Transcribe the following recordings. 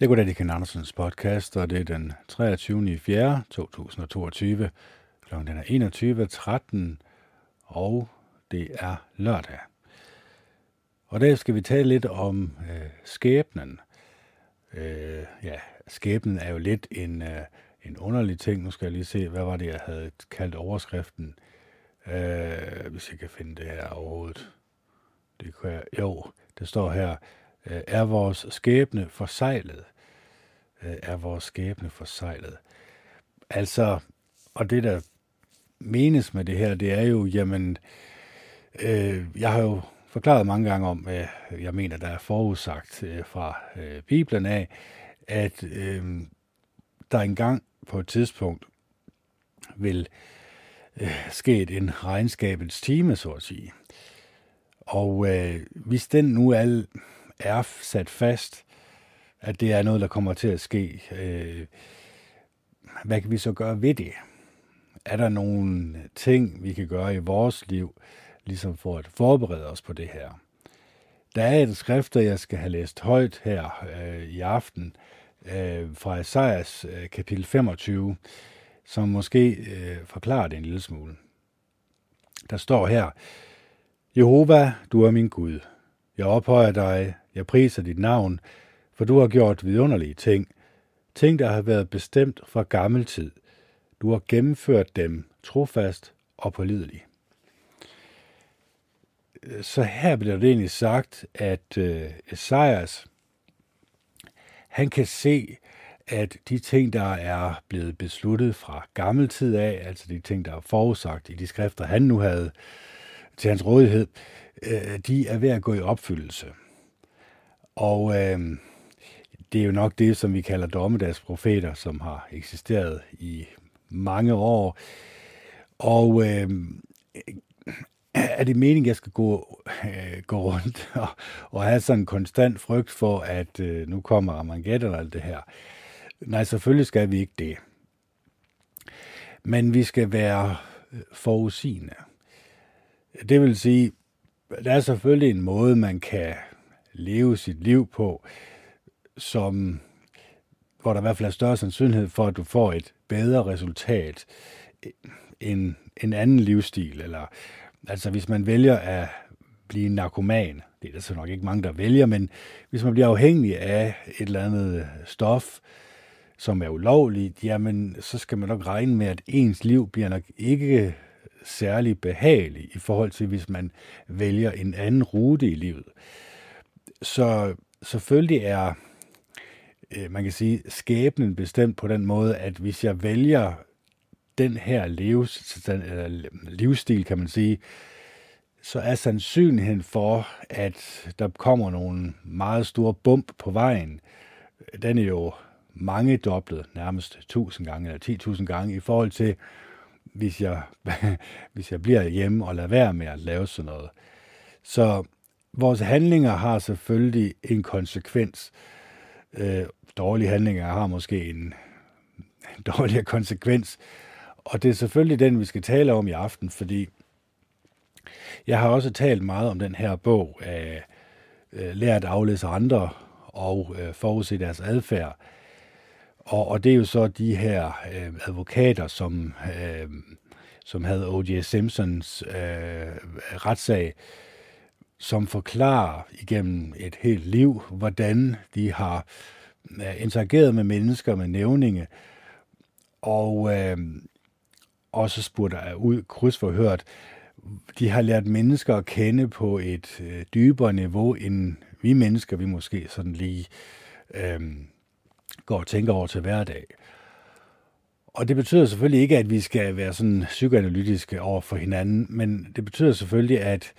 Jeg går til Ken Andersens podcast, og det er den 23.4.2022. Klokken er 21.13, og det er lørdag. Og der skal vi tale lidt om skæbnen. Skæbnen er jo lidt en underlig ting. Nu skal jeg lige se, hvad var det, jeg havde kaldt overskriften. Hvis jeg kan finde det her overhovedet. Det kan jeg, det står her. Er vores skæbne forsejlet? Er vores skæbne forsejlet? Altså, og det der menes med det her, det er jo, jeg har jo forklaret mange gange om, hvad jeg mener, der er forudsagt fra Bibelen af, at der engang på et tidspunkt vil ske en regnskabets time, så at sige. Og hvis den nu er sat fast, at det er noget, der kommer til at ske, hvad kan vi så gøre ved det? Er der nogle ting, vi kan gøre i vores liv, ligesom for at forberede os på det her? Der er et skrift, jeg skal have læst højt her i aften, fra Esajas kapitel 25, som måske forklarer det en lille smule. Der står her: Jehova, du er min Gud. Jeg ophøjer dig, jeg priser dit navn, for du har gjort vidunderlige ting. Ting, der har været bestemt fra gammel tid. Du har gennemført dem trofast og pålidelig. Så her bliver det egentlig sagt, at Esajas, han kan se, at de ting, der er blevet besluttet fra gammel tid af, altså de ting, der er forudsagt i de skrifter, han nu havde til hans rådighed, de er ved at gå i opfyldelse. Og det er jo nok det, som vi kalder dommedagsprofeter, som har eksisteret i mange år. Og er det meningen, at jeg skal gå rundt og have sådan en konstant frygt for, at nu kommer Armageddon og alt det her? Nej, selvfølgelig skal vi ikke det. Men vi skal være forudsigende. Det vil sige, der er selvfølgelig en måde, man kan leve sit liv på, hvor der i hvert fald er større sandsynlighed for, at du får et bedre resultat end en anden livsstil. Eller, altså hvis man vælger at blive narkoman, det er der så nok ikke mange, der vælger, men hvis man bliver afhængig af et eller andet stof, som er ulovligt, jamen så skal man nok regne med, at ens liv bliver nok ikke særlig behagelig i forhold til, hvis man vælger en anden rute i livet. Så selvfølgelig er, man kan sige, skæbnen bestemt på den måde, at hvis jeg vælger den her livsstil, kan man sige, så er sandsynligheden for, at der kommer nogle meget store bump på vejen, den er jo mangedoblet, nærmest 1000 gange eller 10.000 gange, i forhold til, hvis jeg bliver hjemme og lader være med at lave sådan noget. Så vores handlinger har selvfølgelig en konsekvens. Dårlige handlinger har måske en dårligere konsekvens. Og det er selvfølgelig den, vi skal tale om i aften, fordi jeg har også talt meget om den her bog af Lær at aflæse andre og forudse deres adfærd. Og det er jo så de her advokater, som havde O.J. Simpsons retssag, som forklarer igennem et helt liv, hvordan de har interageret med mennesker med nævninge, og også spurgt ud krydsforhørt. De har lært mennesker at kende på et dybere niveau, end vi mennesker, vi måske sådan lige går og tænker over til hverdag. Og det betyder selvfølgelig ikke, at vi skal være sådan psykoanalytiske over for hinanden, men det betyder selvfølgelig, at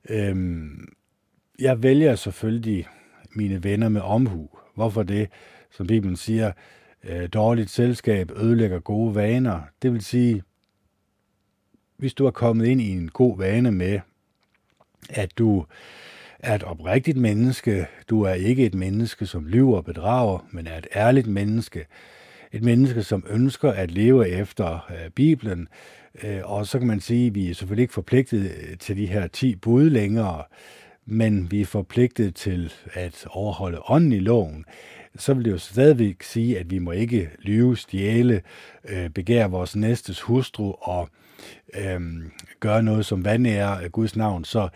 jeg vælger selvfølgelig mine venner med omhu. Hvorfor det? Som Bibelen siger, dårligt selskab ødelægger gode vaner. Det vil sige, hvis du er kommet ind i en god vane med, at du er et oprigtigt menneske, du er ikke et menneske, som lyver og bedrager, men er et ærligt menneske, et menneske, som ønsker at leve efter Bibelen, og så kan man sige, at vi er selvfølgelig ikke forpligtet til de her 10 bud længere, men vi er forpligtet til at overholde ånden i loven, så vil det jo stadigvæk sige, at vi må ikke lyve, stjæle, begære vores næstes hustru og gøre noget, som vanærer Guds navn. Så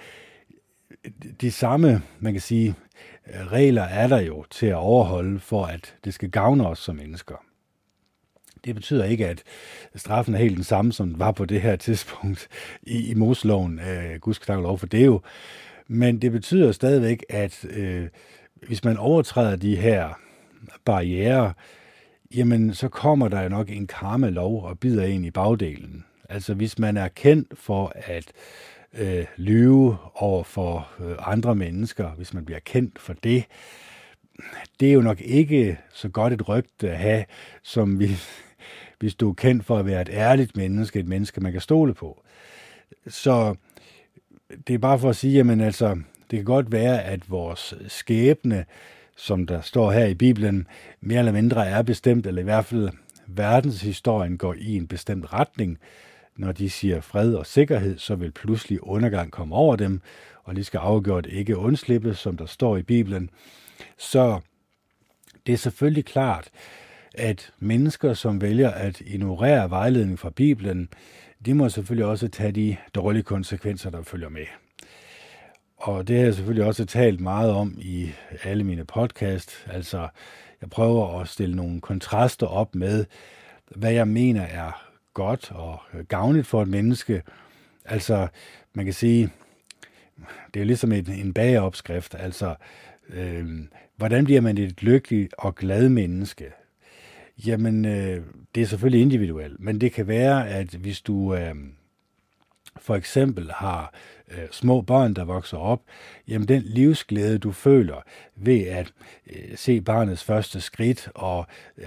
de samme, man kan sige, regler er der jo til at overholde, for at det skal gavne os som mennesker. Det betyder ikke, at straffen er helt den samme, som den var på det her tidspunkt i Moseloven, gudskelov for det jo. Men det betyder stadigvæk, at hvis man overtræder de her barrierer, jamen så kommer der jo nok en karma-lov og bider en i bagdelen. Altså hvis man er kendt for at lyve over for andre mennesker, hvis man bliver kendt for det, det er jo nok ikke så godt et rygte at have, som hvis du er kendt for at være et ærligt menneske, et menneske, man kan stole på. Så det er bare for at sige, jamen altså, det kan godt være, at vores skæbne, som der står her i Bibelen, mere eller mindre er bestemt, eller i hvert fald verdenshistorien går i en bestemt retning. Når de siger fred og sikkerhed, så vil pludselig undergang komme over dem, og de skal afgjort ikke undslippe, som der står i Bibelen. Så det er selvfølgelig klart, at mennesker, som vælger at ignorere vejledning fra Bibelen, de må selvfølgelig også tage de dårlige konsekvenser, der følger med. Og det har jeg selvfølgelig også talt meget om i alle mine podcast. Altså, jeg prøver at stille nogle kontraster op med, hvad jeg mener er godt og gavnligt for et menneske. Altså, man kan sige, det er jo ligesom en bageopskrift. Altså, hvordan bliver man et lykkeligt og glad menneske? Jamen, det er selvfølgelig individuelt, men det kan være, at hvis du for eksempel har små børn, der vokser op, jamen den livsglæde, du føler ved at se barnets første skridt, og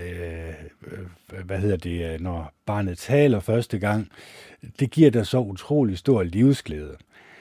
når barnet taler første gang, det giver dig så utrolig stor livsglæde.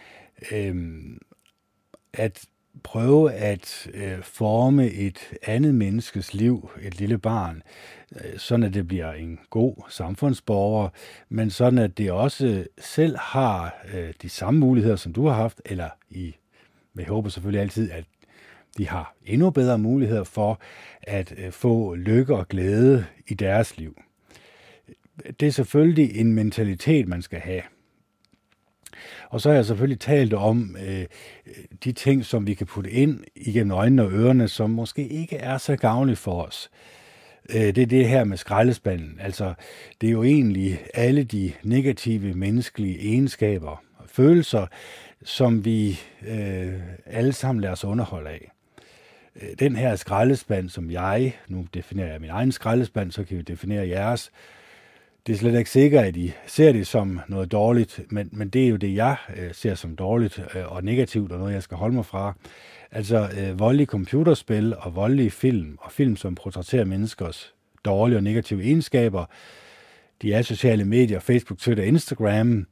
At prøve at forme et andet menneskes liv, et lille barn, sådan at det bliver en god samfundsborger, men sådan at det også selv har de samme muligheder, som du har haft, eller jeg håber selvfølgelig altid, at de har endnu bedre muligheder for at få lykke og glæde i deres liv. Det er selvfølgelig en mentalitet, man skal have. Og så har jeg selvfølgelig talt om de ting, som vi kan putte ind igennem øjnene og ørerne, som måske ikke er så gavnlige for os. Det er det her med skraldespanden. Altså, det er jo egentlig alle de negative menneskelige egenskaber og følelser, som vi alle sammen lader os underholde af. Den her skraldespand, som nu definerer jeg min egen skraldespand, så kan vi definere jeres. Det er slet ikke sikkert, at I ser det som noget dårligt, men det er jo det, jeg ser som dårligt og negativt, og noget, jeg skal holde mig fra. Altså voldelige computerspil og voldelige film, og film, som portrætterer menneskers dårlige og negative egenskaber. De er sociale medier, Facebook, Twitter, Instagram,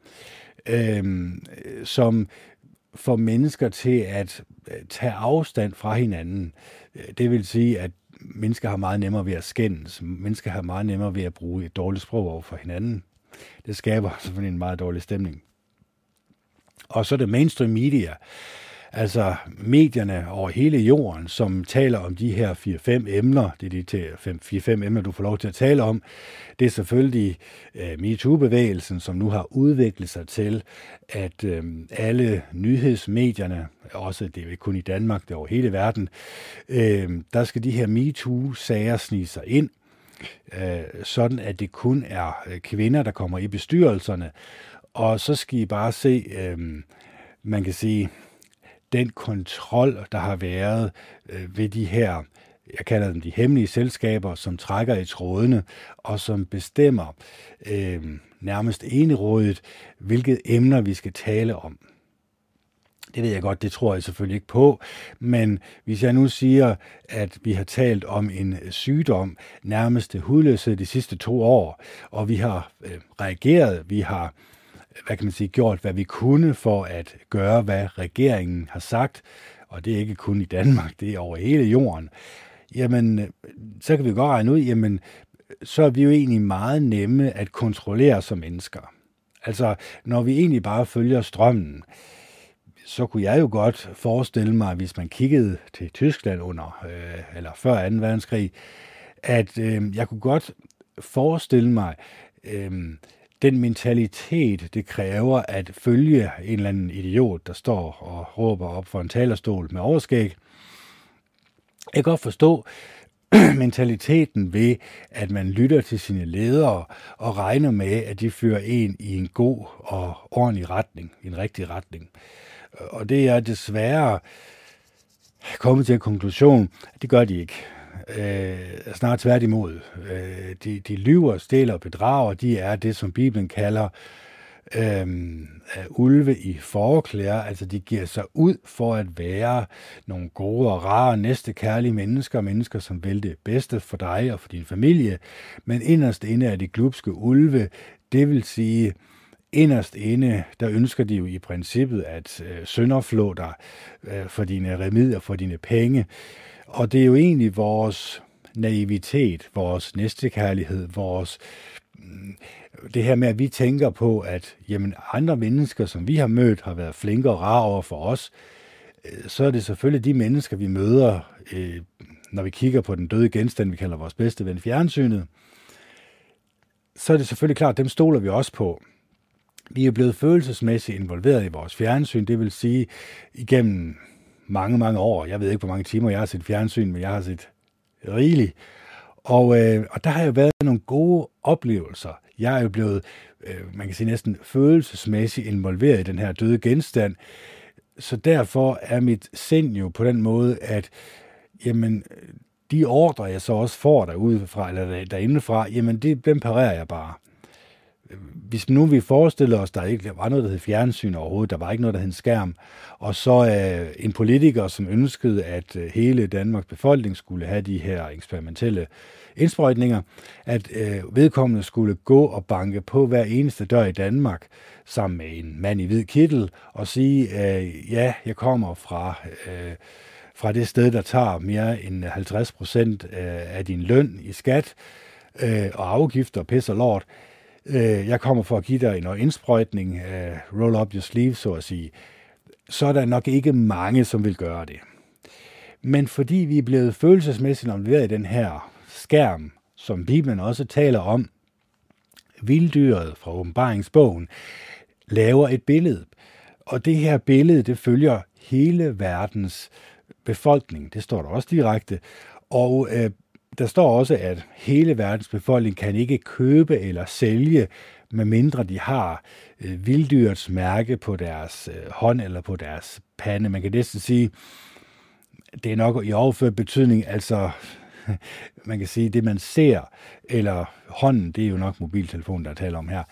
som får mennesker til at tage afstand fra hinanden. Det vil sige, at mennesker har meget nemmere ved at skændes. Mennesker har meget nemmere ved at bruge et dårligt sprog over for hinanden. Det skaber selvfølgelig en meget dårlig stemning. Og så er det mainstream media, altså medierne over hele jorden, som taler om de her 4-5 emner. Det er de 4-5 emner, du får lov til at tale om. Det er selvfølgelig MeToo-bevægelsen, som nu har udviklet sig til, at alle nyhedsmedierne, også det er ikke kun i Danmark, det er over hele verden, der skal de her MeToo-sager snige sig ind, sådan at det kun er kvinder, der kommer i bestyrelserne. Og så skal I bare se, man kan sige, den kontrol, der har været ved de her, jeg kalder dem de hemmelige selskaber, som trækker i trådene, og som bestemmer nærmest enerådigt, hvilke emner vi skal tale om. Det ved jeg godt, det tror jeg selvfølgelig ikke på, men hvis jeg nu siger, at vi har talt om en sygdom, nærmest hudløshed de sidste 2 år, og vi har reageret, vi har gjort, hvad vi kunne for at gøre, hvad regeringen har sagt, og det er ikke kun i Danmark, det er over hele jorden, jamen, så kan vi godt regne ud, jamen, så er vi jo egentlig meget nemme at kontrollere som mennesker. Altså, når vi egentlig bare følger strømmen, så kunne jeg jo godt forestille mig, hvis man kiggede til Tyskland under, eller før 2. verdenskrig, at jeg kunne godt forestille mig den mentalitet, det kræver at følge en eller anden idiot, der står og råber op for en talerstol med overskæg. Jeg kan godt forstå mentaliteten ved, at man lytter til sine ledere og regner med, at de fører en i en god og ordentlig retning, en rigtig retning. Og det er desværre kommet til en konklusion, at det gør de ikke. Snart tværtimod. De lyver, stjæler og bedrager, de er det, som Bibelen kalder ulve i forklæder. Altså de giver sig ud for at være nogle gode og rare, næstekærlige mennesker, som vil det bedste for dig og for din familie. Men inderst inde er de glubske ulve, det vil sige, inderst inde, der ønsker de jo i princippet at sønderflå dig for dine remedier, for dine penge. Og det er jo egentlig vores naivitet, vores næstekærlighed, det her med, at vi tænker på, at jamen, andre mennesker, som vi har mødt, har været flinke og rare over for os. Så er det selvfølgelig de mennesker, vi møder, når vi kigger på den døde genstand, vi kalder vores bedste ven, fjernsynet. Så er det selvfølgelig klart, at dem stoler vi også på. Vi er blevet følelsesmæssigt involveret i vores fjernsyn, det vil sige igennem mange, mange år. Jeg ved ikke, hvor mange timer jeg har set fjernsyn, men jeg har set rigeligt. Og der har jo været nogle gode oplevelser. Jeg er jo blevet, man kan sige næsten følelsesmæssigt involveret i den her døde genstand. Så derfor er mit sind jo på den måde, at jamen, de ordre, jeg så også får derudefra, eller derindefra, jamen dem parerer jeg bare. Hvis nu vi forestiller os, der ikke var noget, der hed fjernsyn overhovedet, der var ikke noget, der hed en skærm, og så en politiker, som ønskede, at hele Danmarks befolkning skulle have de her eksperimentelle indsprøjtninger, at vedkommende skulle gå og banke på hver eneste dør i Danmark, sammen med en mand i hvid kittel, og sige, ja, jeg kommer fra det sted, der tager mere end 50% af din løn i skat, og afgifter og pis og lort. Jeg kommer for at give dig en indsprøjtning, roll up your sleeve, så at sige. Så er der nok ikke mange, som vil gøre det. Men fordi vi er blevet følelsesmæssigt involveret i den her skærm, som Bibelen også taler om, vilddyret fra åbenbaringsbogen, laver et billede. Og det her billede, det følger hele verdens befolkning. Det står der også direkte. Og der står også, at hele verdens befolkning kan ikke købe eller sælge, medmindre de har vilddyrets mærke på deres hånd eller på deres pande. Man kan næsten sige, det er nok i overført betydning, altså man kan sige, det man ser, eller hånden, det er jo nok mobiltelefonen, der taler om her,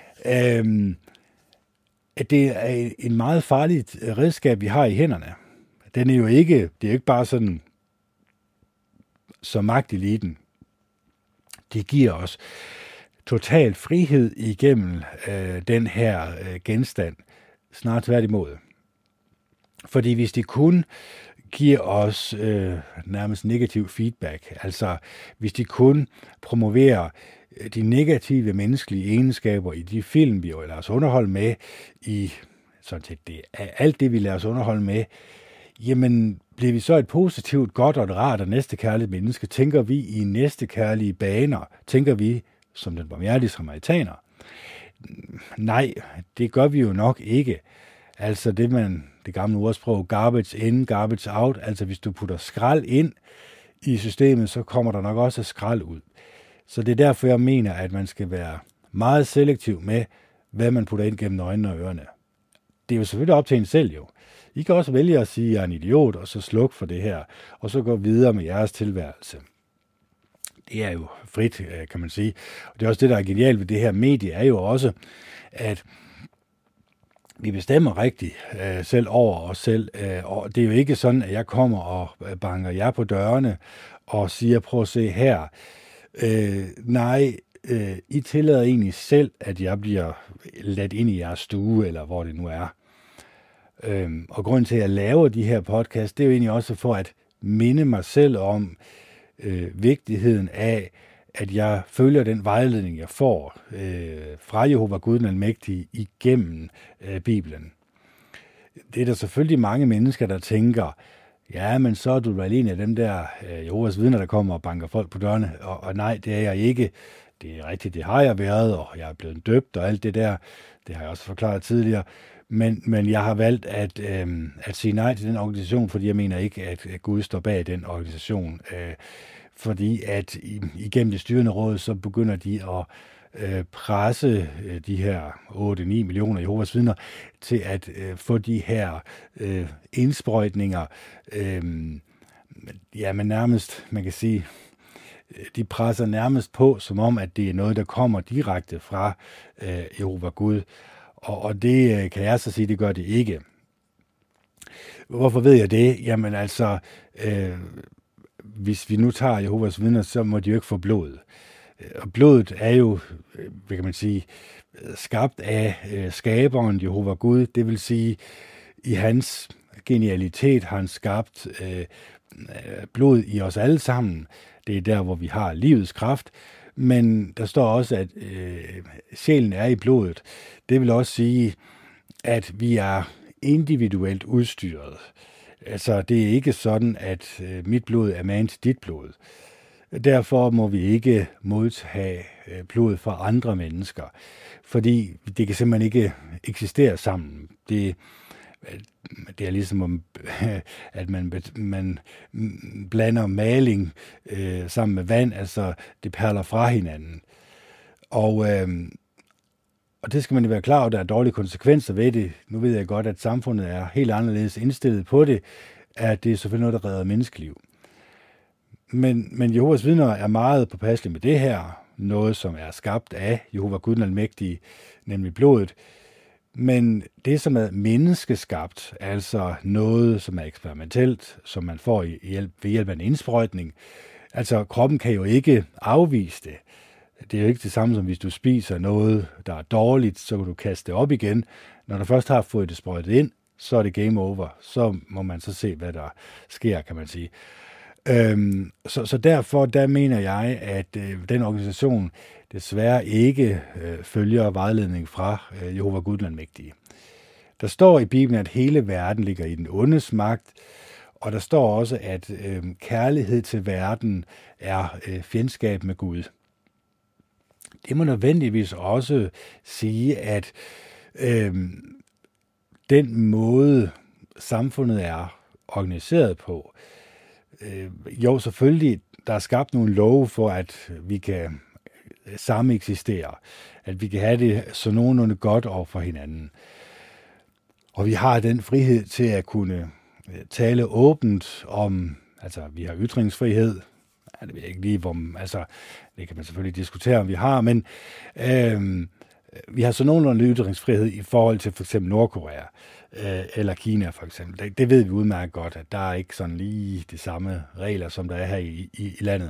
at det er en meget farligt redskab, vi har i hænderne. Det er jo ikke bare sådan, som magteliten, det giver os total frihed igennem den her genstand, snart tværtimod. Fordi hvis de kun giver os nærmest negativ feedback, altså hvis de kun promoverer de negative menneskelige egenskaber i de film, vi lader os underholde med, i sådan set det er alt det, vi lader os underholde med, jamen bliver vi så et positivt, godt og et rart og næstekærligt menneske? Tænker vi i næstekærlige baner? Tænker vi som den barmhjertige samaritaner? Nej, det gør vi jo nok ikke. Altså det gamle ordsprog, garbage in, garbage out, altså hvis du putter skrald ind i systemet, så kommer der nok også skrald ud. Så det er derfor, jeg mener, at man skal være meget selektiv med, hvad man putter ind gennem øjnene og ørerne. Det er jo selvfølgelig op til en selv jo. I kan også vælge at sige, at jeg er en idiot, og så slukke for det her, og så gå videre med jeres tilværelse. Det er jo frit, kan man sige. Og det er også det, der er genialt ved det her medie, er jo også, at vi bestemmer rigtigt selv over os selv. Og det er jo ikke sådan, at jeg kommer og banker jer på dørene og siger, prøv at se her. Nej, I tillader egentlig selv, at jeg bliver ladt ind i jeres stue, eller hvor det nu er. Og grunden til, at jeg laver de her podcast, det er jo egentlig også for at minde mig selv om vigtigheden af, at jeg følger den vejledning, jeg får fra Jehova Gud den Almægtige igennem Bibelen. Det er der selvfølgelig mange mennesker, der tænker, ja, men så er du vel en af dem der Jehovas vidner, der kommer og banker folk på dørene. Og nej, det er jeg ikke. Det er rigtigt, det har jeg været, og jeg er blevet døbt og alt det der. Det har jeg også forklaret tidligere. Men jeg har valgt at sige nej til den organisation, fordi jeg mener ikke, at Gud står bag den organisation. Fordi at igennem det styrende råd, så begynder de at presse de her 8-9 millioner Jehovas vidner til at få de her indsprøjtninger. Men nærmest, man kan sige, de presser nærmest på, som om, at det er noget, der kommer direkte fra Jehova Gud. Og det kan jeg så sige, det gør det ikke. Hvorfor ved jeg det? Jamen altså, hvis vi nu tager Jehovas vidner, så må de jo ikke få blod. Og blodet er jo, hvad kan man sige, skabt af skaberen Jehova Gud. Det vil sige, i hans genialitet har han skabt blod i os alle sammen. Det er der, hvor vi har livets kraft. Men der står også, at sjælen er i blodet. Det vil også sige, at vi er individuelt udstyret. Altså, det er ikke sådan, at mit blod er magen til dit blod. Derfor må vi ikke modtage blod fra andre mennesker, fordi det kan simpelthen ikke eksistere sammen. Det er ligesom, at man blander maling sammen med vand, altså det perler fra hinanden. Og det skal man jo være klar over, der er dårlige konsekvenser ved det. Nu ved jeg godt, at samfundet er helt anderledes indstillet på det, at det er selvfølgelig noget, der redder menneskeliv. Men Jehovas vidner er meget påpasselige med det her, noget som er skabt af Jehova Gud den Almægtige, nemlig blodet. Men det, som er menneskeskabt, altså noget, som er eksperimentelt, som man får ved hjælp af en indsprøjtning, altså kroppen kan jo ikke afvise det. Det er jo ikke det samme som hvis du spiser noget, der er dårligt, så kan du kaste det op igen. Når du først har fået det sprøjtet ind, så er det game over. Så må man så se, hvad der sker, kan man sige. Så derfor, der mener jeg, at den organisation desværre ikke følger vejledning fra Jehova Gud den Almægtige. Der står i Bibelen, at hele verden ligger i den ondes magt, og der står også, at kærlighed til verden er fjendskab med Gud. Det må nødvendigvis også sige, at den måde samfundet er organiseret på, jo selvfølgelig, der er skabt nogle love for, at vi kan samme eksistere, at vi kan have det så nogenlunde godt over for hinanden. Og vi har den frihed til at kunne tale åbent om, altså vi har ytringsfrihed, det ved jeg ikke lige, det kan man selvfølgelig diskutere, om vi har, men vi har så nogenlunde ytringsfrihed i forhold til for eksempel Nordkorea eller Kina for eksempel. Det ved vi udmærket godt, at der er ikke sådan lige de samme regler, som der er her i landet.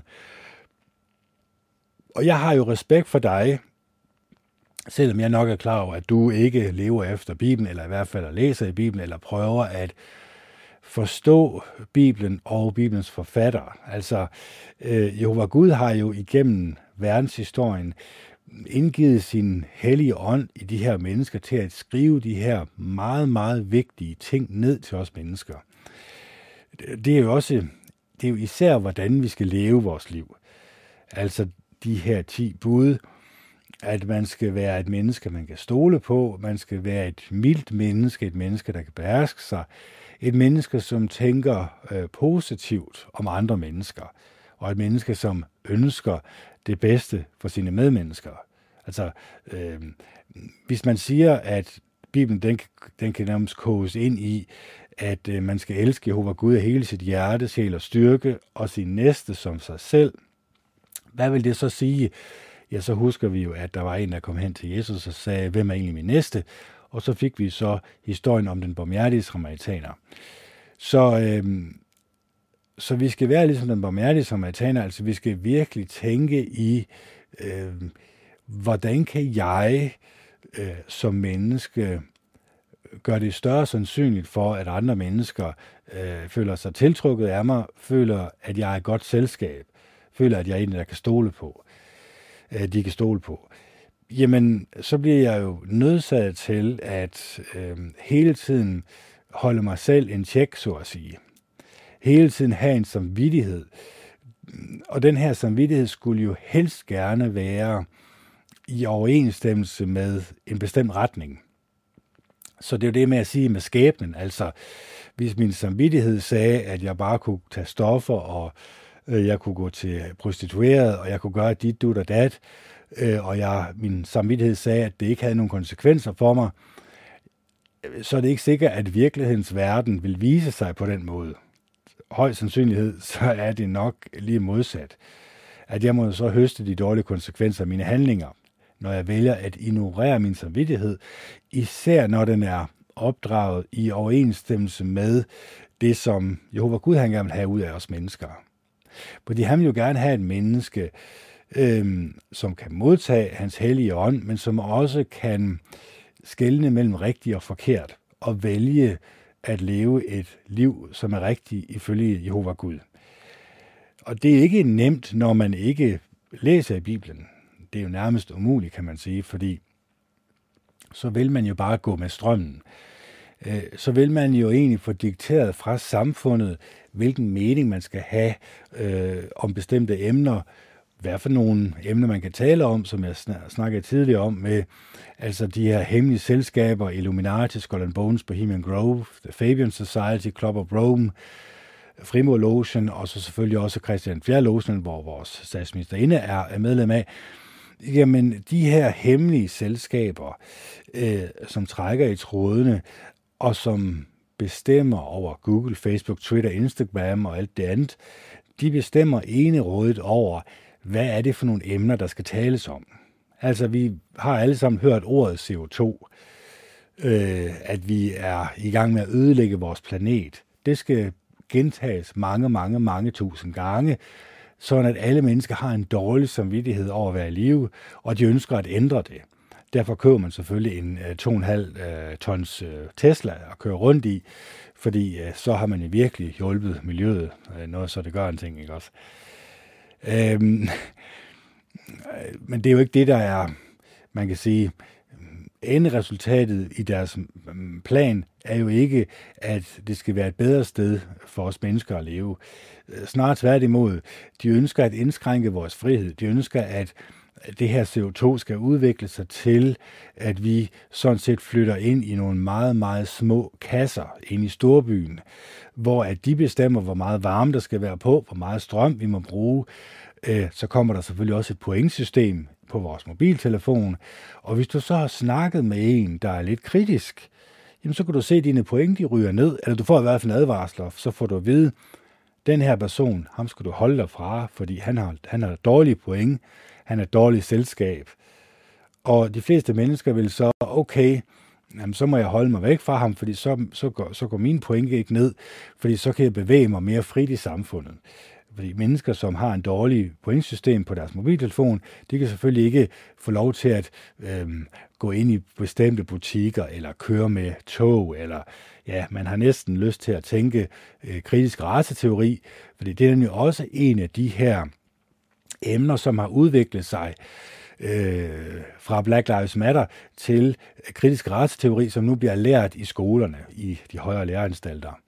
Og jeg har jo respekt for dig, selvom jeg nok er klar over, at du ikke lever efter Bibelen, eller i hvert fald læser i Bibelen, eller prøver at forstå Bibelen og Bibelens forfatter. Altså, Jehova Gud har jo igennem verdenshistorien indgivet sin hellige ånd i de her mennesker til at skrive de her meget, meget vigtige ting ned til os mennesker. Det er jo især, hvordan vi skal leve vores liv. Altså de her 10 bud, at man skal være et menneske, man kan stole på, man skal være et mildt menneske, et menneske, der kan beherske sig, et menneske, som tænker positivt om andre mennesker, og et menneske, som ønsker det bedste for sine medmennesker. Altså, hvis man siger, at Bibelen den kan nærmest koges ind i, at man skal elske Jehova Gud af hele sit hjerte, sjæl og styrke, og sin næste som sig selv, hvad vil det så sige? Ja, så husker vi jo, at der var en, der kom hen til Jesus og sagde, hvem er egentlig min næste? Og så fik vi så historien om den barmhjertige samaritaner. Så vi skal være ligesom den barmhjertige samaritaner, altså vi skal virkelig tænke i, hvordan kan jeg som menneske gøre det større sandsynligt for, at andre mennesker føler sig tiltrukket af mig, føler, at jeg er et godt selskab, føler, at jeg er en, der kan stole på, de kan stole på. Jamen, så bliver jeg jo nødsaget til at hele tiden holde mig selv en tjek, så at sige. Hele tiden have en samvittighed. Og den her samvittighed skulle jo helst gerne være i overensstemmelse med en bestemt retning. Så det er jo det med at sige med skæbnen. Altså, hvis min samvittighed sagde, at jeg bare kunne tage stoffer, og jeg kunne gå til prostitueret, og jeg kunne gøre dit, dut og dat, og min samvittighed sagde, at det ikke havde nogen konsekvenser for mig, så er det ikke sikkert, at virkelighedens verden vil vise sig på den måde. Høj sandsynlighed, så er det nok lige modsat. At jeg må så høste de dårlige konsekvenser af mine handlinger, når jeg vælger at ignorere min samvittighed, især når den er opdraget i overensstemmelse med det, som Jehova Gud han gerne vil have ud af os mennesker. Fordi han vil jo gerne have et menneske, som kan modtage hans hellige ånd, men som også kan skelne mellem rigtigt og forkert, og vælge at leve et liv, som er rigtigt ifølge Jehova Gud. Og det er ikke nemt, når man ikke læser i Bibelen. Det er jo nærmest umuligt, kan man sige, fordi så vil man jo bare gå med strømmen. Så vil man jo egentlig få dikteret fra samfundet, hvilken mening man skal have om bestemte emner, hvad for nogle emner man kan tale om, som jeg snakkede tidligere om, med altså de her hemmelige selskaber, Illuminati, Skull and Bones, Bohemian Grove, The Fabian Society, Club of Rome, Frimurlogen, og så selvfølgelig også Christian IV-logen, hvor vores statsministerinde er medlem af. Jamen, de her hemmelige selskaber, som trækker i trådene, og som bestemmer over Google, Facebook, Twitter, Instagram og alt det andet, de bestemmer enerådigt over, hvad er det for nogle emner, der skal tales om. Altså, vi har alle sammen hørt ordet CO2, at vi er i gang med at ødelægge vores planet. Det skal gentages mange tusind gange, sådan at alle mennesker har en dårlig samvittighed over at være i live, og de ønsker at ændre det. Derfor køber man selvfølgelig en 2,5 tons Tesla og kører rundt i, fordi så har man jo virkelig hjulpet miljøet, noget så det gør en ting, ikke også? Men det er jo ikke det, der er, man kan sige, enderesultatet i deres plan er jo ikke, at det skal være et bedre sted for os mennesker at leve. Snarere tværtimod, de ønsker at indskrænke vores frihed. De ønsker, at det her CO2 skal udvikle sig til, at vi sådan set flytter ind i nogle meget små kasser ind i storbyen, hvor at de bestemmer, hvor meget varme der skal være på, hvor meget strøm vi må bruge. Så kommer der selvfølgelig også et pointsystem på vores mobiltelefon. Og hvis du så har snakket med en, der er lidt kritisk, jamen så kan du se, at dine point de ryger ned, eller du får i hvert fald en advarsel, så får du at vide, den her person, ham skal du holde dig fra, fordi han har dårlige point, han er et dårligt selskab. Og de fleste mennesker vil så, okay, jamen, så må jeg holde mig væk fra ham, fordi så går mine point ikke ned, fordi så kan jeg bevæge mig mere frit i samfundet. Fordi mennesker, som har en dårlig pointsystem på deres mobiltelefon, de kan selvfølgelig ikke få lov til at gå ind i bestemte butikker, eller køre med tog, eller ja, man har næsten lyst til at tænke kritisk raceteori, fordi det er jo også en af de her emner, som har udviklet sig fra Black Lives Matter til kritisk raceteori, som nu bliver lært i skolerne, i de højere læreanstalter.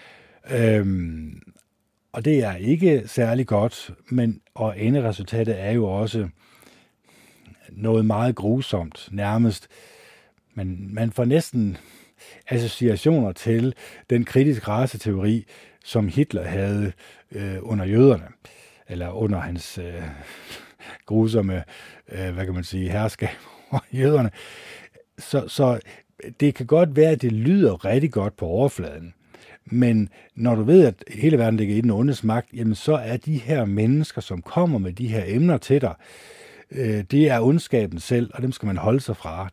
Og det er ikke særlig godt, og enderesultatet er jo også noget meget grusomt, nærmest. Man får næsten associationer til den kritiske raceteori, som Hitler havde under jøderne, eller under hans grusomme, hvad kan man sige, herskab over jøderne. Så det kan godt være, at det lyder rigtig godt på overfladen, men når du ved, at hele verden ligger i den ondes magt, jamen så er de her mennesker, som kommer med de her emner til dig, det er ondskaben selv, og dem skal man holde sig fra.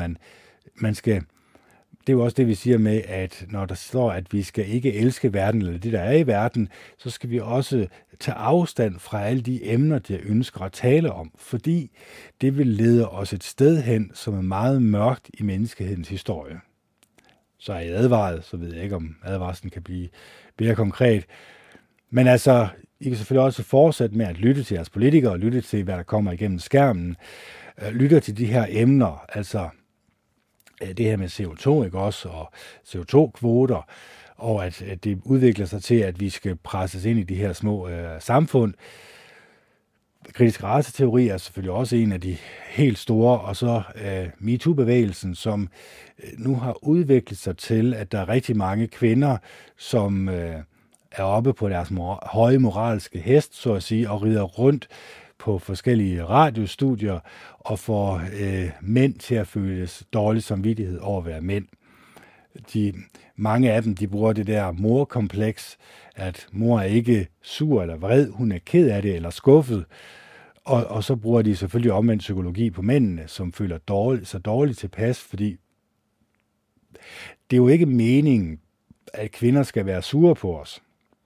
Det er jo også det, vi siger med, at når der står, at vi skal ikke elske verden, eller det, der er i verden, så skal vi også tage afstand fra alle de emner, der ønsker at tale om, fordi det vil lede os et sted hen, som er meget mørkt i menneskehedens historie. Så er I advaret, så ved jeg ikke, om advarslen kan blive mere konkret. Men altså, I kan selvfølgelig også fortsætte med at lytte til jeres politikere, og lytte til, hvad der kommer igennem skærmen. Lytte til de her emner, altså det her med CO2, ikke også, og CO2-kvoter, og at det udvikler sig til, at vi skal presses ind i de her små samfund. Kritisk raceteori er selvfølgelig også en af de helt store, og så MeToo-bevægelsen, som nu har udviklet sig til, at der er rigtig mange kvinder, som er oppe på deres høje moralske hest, så at sige, og rider rundt på forskellige radiostudier og får mænd til at føle dårlig samvittighed over at være mænd. Mange af dem, de bruger det der morkompleks, at mor er ikke sur eller vred, hun er ked af det eller skuffet. Og så bruger de selvfølgelig omvendt psykologi på mændene, som føler så dårligt tilpas, fordi det er jo ikke meningen, at kvinder skal være sure på os.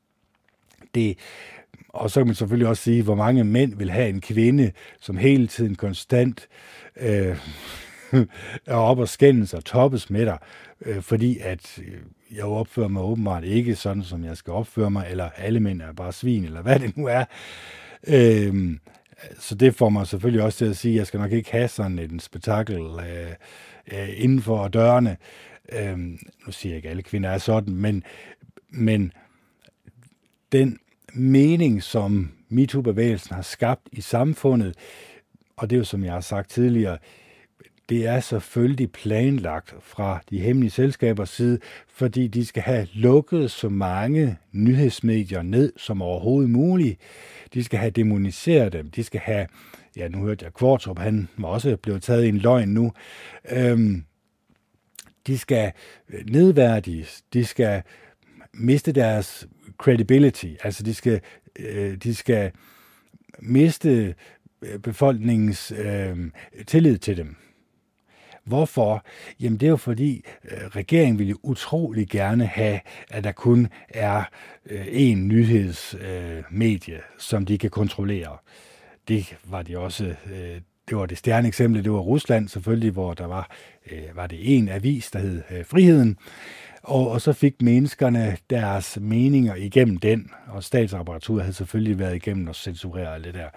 Og så kan man selvfølgelig også sige, hvor mange mænd vil have en kvinde, som hele tiden konstant er oppe og skændes og toppes med dig, fordi at jeg opfører mig åbenbart ikke sådan, som jeg skal opføre mig, eller alle mænd er bare svin, eller hvad det nu er. Så det får mig selvfølgelig også til at sige, at jeg skal nok ikke have sådan en spektakel inden for dørene. Nu siger jeg ikke, at alle kvinder er sådan, men den mening, som MeToo-bevægelsen har skabt i samfundet, og det er jo, som jeg har sagt tidligere, det er selvfølgelig planlagt fra de hemmelige selskabers side, fordi de skal have lukket så mange nyhedsmedier ned som overhovedet muligt. De skal have demoniseret dem. De skal have, ja, nu hørte jeg Kvartrup, han var også blevet taget i en løgn nu. De skal nedværdiges. De skal miste deres credibility. Altså de skal miste befolkningens tillid til dem. Hvorfor? Jamen det er jo fordi, regeringen ville utrolig gerne have, at der kun er én nyhedsmedie, som de kan kontrollere. Det var de også. Det var det stjerneeksempel, det var Rusland selvfølgelig, hvor der var det en avis, der hed Friheden, og så fik menneskerne deres meninger igennem den, og statsapparatur havde selvfølgelig været igennem og censureret alt det der.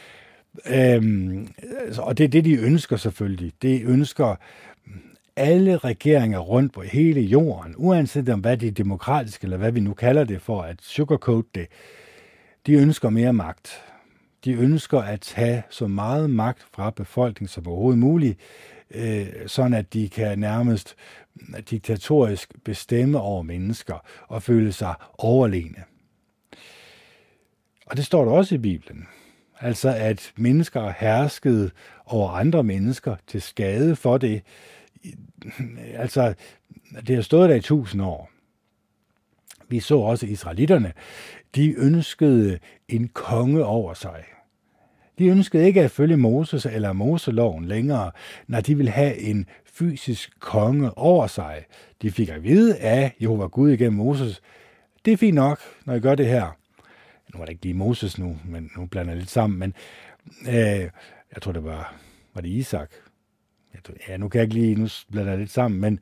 Og det er det, de ønsker selvfølgelig. Det ønsker alle regeringer rundt på hele jorden, uanset om hvad det er demokratisk, eller hvad vi nu kalder det for at sugarcoat det. De ønsker mere magt. De ønsker at tage så meget magt fra befolkningen som overhovedet muligt, sådan at de kan nærmest diktatorisk bestemme over mennesker og føle sig overlegne. Og det står der også i Bibelen. Altså at mennesker herskede over andre mennesker til skade for det. Altså, det har stået der i 1000 år. Vi så også israelitterne. De ønskede en konge over sig. De ønskede ikke at følge Moses eller Moseloven længere, når de ville have en fysisk konge over sig. De fik at vide af Jehova Gud igennem Moses. Det er fint nok, når I gør det her. Nu var det ikke lige Moses nu, men nu blander jeg lidt sammen. Men jeg tror, det var det Isak. Nu kan jeg ikke lige, nu blander jeg lidt sammen. Men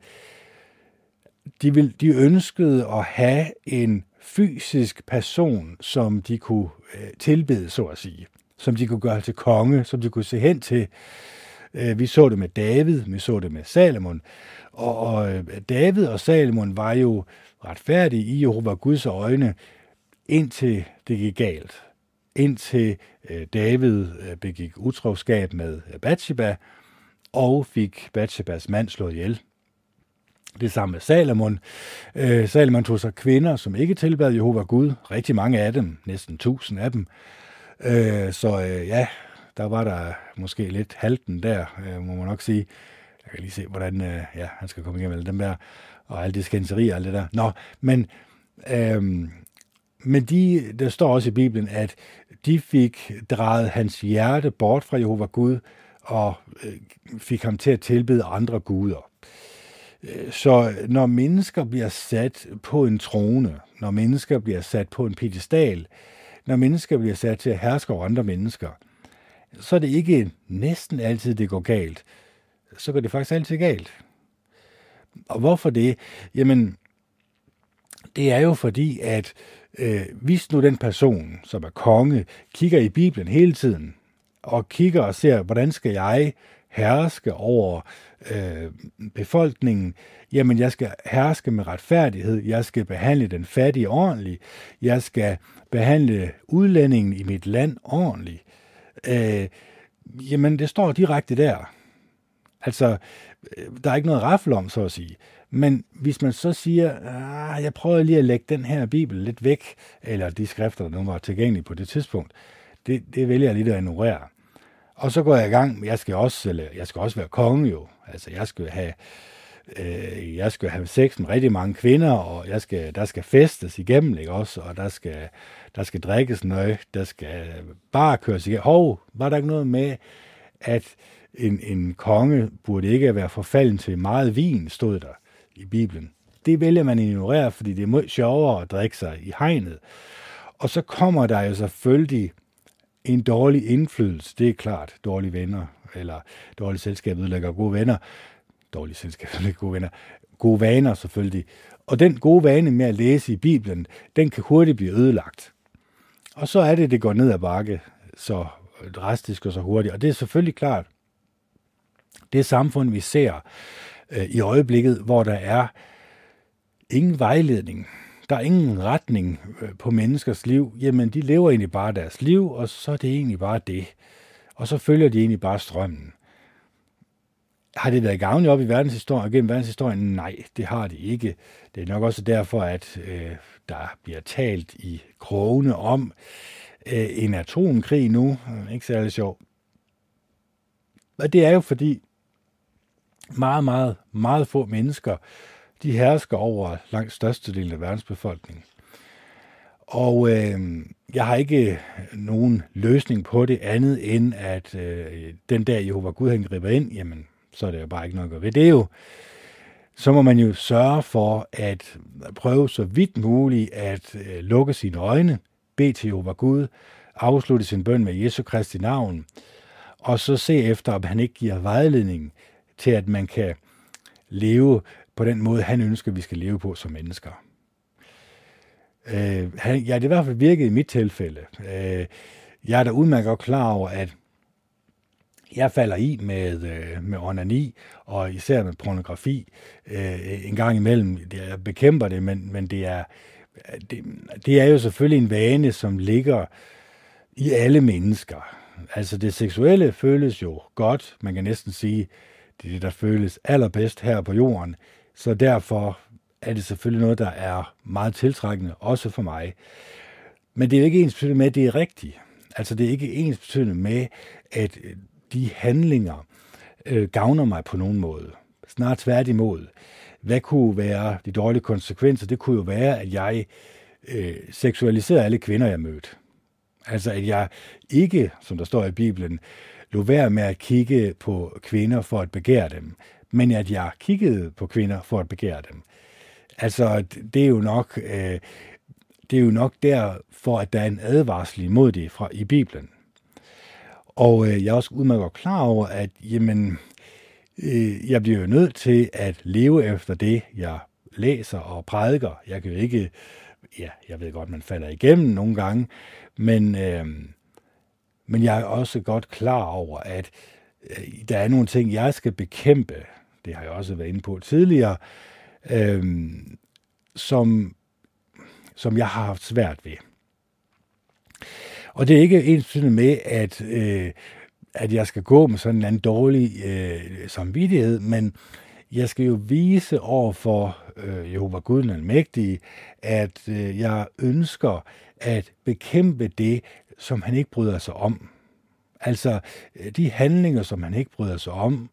de ønskede at have en fysisk person, som de kunne tilbede, så at sige. Som de kunne gøre til konge, som de kunne se hen til. Vi så det med David, vi så det med Salomon. Og David og Salomon var jo retfærdige i Jehova Guds øjne, indtil det gik galt. Indtil David begik utroskab med Batsheba, og fik Batshebas mand slået ihjel. Det samme med Salomon. Salomon tog sig kvinder, som ikke tilbad Jehova Gud. Rigtig mange af dem, næsten 1000 af dem. Der var der måske lidt halten der, må man nok sige. Jeg kan lige se, hvordan han skal komme igennem alle dem der, og alle de skænderier og alt det der. Nå, men der står også i Bibelen, at de fik drejet hans hjerte bort fra Jehova Gud, og fik ham til at tilbede andre guder. Så når mennesker bliver sat på en trone, når mennesker bliver sat på en piedestal, når mennesker bliver sat til at herske over andre mennesker, så er det ikke næsten altid, det går galt. Så går det faktisk altid galt. Og hvorfor det? Jamen, det er jo fordi, at hvis nu den person, som er konge, kigger i Bibelen hele tiden, og kigger og ser, hvordan skal jeg herske over befolkningen. Jamen, jeg skal herske med retfærdighed. Jeg skal behandle den fattige ordentligt. Jeg skal behandle udlændingen i mit land ordentligt. Jamen, det står direkte der. Altså, der er ikke noget raffel om, så at sige. Men hvis man så siger, jeg prøver lige at lægge den her bibel lidt væk, eller de skrifter, der nu var tilgængelige på det tidspunkt, det vælger jeg lidt at ignorere. Og så går jeg i gang, jeg skal også være konge jo. Altså, jeg skal have sex med rigtig mange kvinder, og der skal festes igennem, ikke også? Og der skal drikkes noget, der skal bare køres igennem. Var der ikke noget med, at en konge burde ikke være forfalden til meget vin, stod der i Bibelen. Det vælger man at ignorere, fordi det er meget sjovere at drikke sig i hegnet. Og så kommer der jo selvfølgelig en dårlig indflydelse. Det er klart, dårlige venner, eller dårligt selskab ødelægger gode venner. Dårligt selskab ødelægger gode venner. Gode vaner selvfølgelig. Og den gode vane med at læse i Bibelen, den kan hurtigt blive ødelagt. Og så er det går ned ad bakke så drastisk og så hurtigt. Og det er selvfølgelig klart, det samfund, vi ser i øjeblikket, hvor der er ingen vejledning, der er ingen retning på menneskers liv, jamen de lever egentlig bare deres liv, og så er det egentlig bare det. Og så følger de egentlig bare strømmen. Har det været gavnligt op i verdenshistorien og gennem verdenshistorien? Nej, det har det ikke. Det er nok også derfor, at der bliver talt i krogene om en atomkrig nu. Ikke særlig sjov. Og det er jo fordi meget, meget, meget få mennesker, de hersker over langt størstedelen af verdens befolkning. Og jeg har ikke nogen løsning på det andet end, at den dag Jehova Gud han griber ind, jamen, så er det jo bare ikke noget at gøre ved det jo. Så må man jo sørge for at prøve så vidt muligt at lukke sine øjne, bede til Jehova Gud, afslutte sin bøn med Jesu Kristi navn, og så se efter, om han ikke giver vejledning til, at man kan leve på den måde, han ønsker, vi skal leve på som mennesker. Det er i hvert fald virket i mit tilfælde. Jeg er da udmærket godt klar over, at jeg falder i med onani, og især med pornografi en gang imellem. Jeg bekæmper det, men det er jo selvfølgelig en vane, som ligger i alle mennesker. Altså det seksuelle føles jo godt, man kan næsten sige, det er det, der føles allerbedst her på jorden. Så derfor er det selvfølgelig noget, der er meget tiltrækkende, også for mig. Men det er jo ikke ensbetydende med, at det er rigtigt. Altså det er ikke ensbetydende med, at de handlinger gavner mig på nogen måde. Snart tværtimod. Hvad kunne være de dårlige konsekvenser? Det kunne jo være, at jeg seksualiserer alle kvinder, jeg mødte. Altså at jeg ikke, som der står i Bibelen, lod være med at kigge på kvinder for at begære dem, men at jeg kiggede på kvinder for at begære dem. Altså, det er jo nok derfor, at der er en advarsel imod det i Bibelen. Og jeg er også udmærket klar over, at jeg bliver jo nødt til at leve efter det, jeg læser og prædiker. Jeg kan jo ikke, jeg ved godt, man falder igennem nogle gange, men jeg er også godt klar over, at der er nogle ting, jeg skal bekæmpe. Det har jeg også været inde på tidligere, som jeg har haft svært ved. Og det er ikke ensbetydende med, at jeg skal gå med sådan en anden dårlig samvittighed, men jeg skal jo vise over for Jehova Gud den Almægtige, at jeg ønsker at bekæmpe det, som han ikke bryder sig om. Altså de handlinger, som han ikke bryder sig om,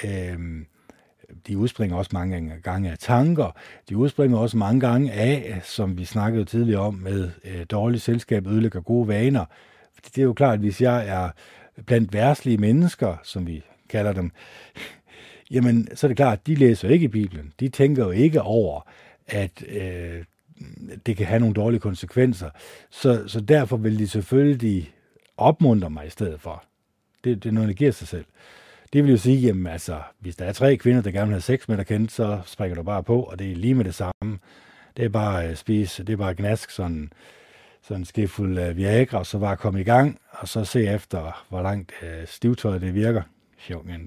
de udspringer også mange gange af tanker. De udspringer også mange gange af, som vi snakkede tidligere om, med dårligt selskab ødelægger gode vaner. Fordi det er jo klart, at hvis jeg er blandt verdslige mennesker, som vi kalder dem, jamen så er det klart, at de læser ikke i Bibelen. De tænker jo ikke over, at det kan have nogle dårlige konsekvenser. Så derfor vil de selvfølgelig opmuntre mig i stedet for. Det er noget, der giver sig selv. Det vil jo sige, jamen altså, hvis der er 3 kvinder, der gerne vil have sex med dig kendt, så springer du bare på, og det er lige med det samme. Det er bare at spise, det er bare gnask sådan en skefuld Viagra, og så bare komme i gang, og så se efter, hvor langt stivtøjet det virker. jungen.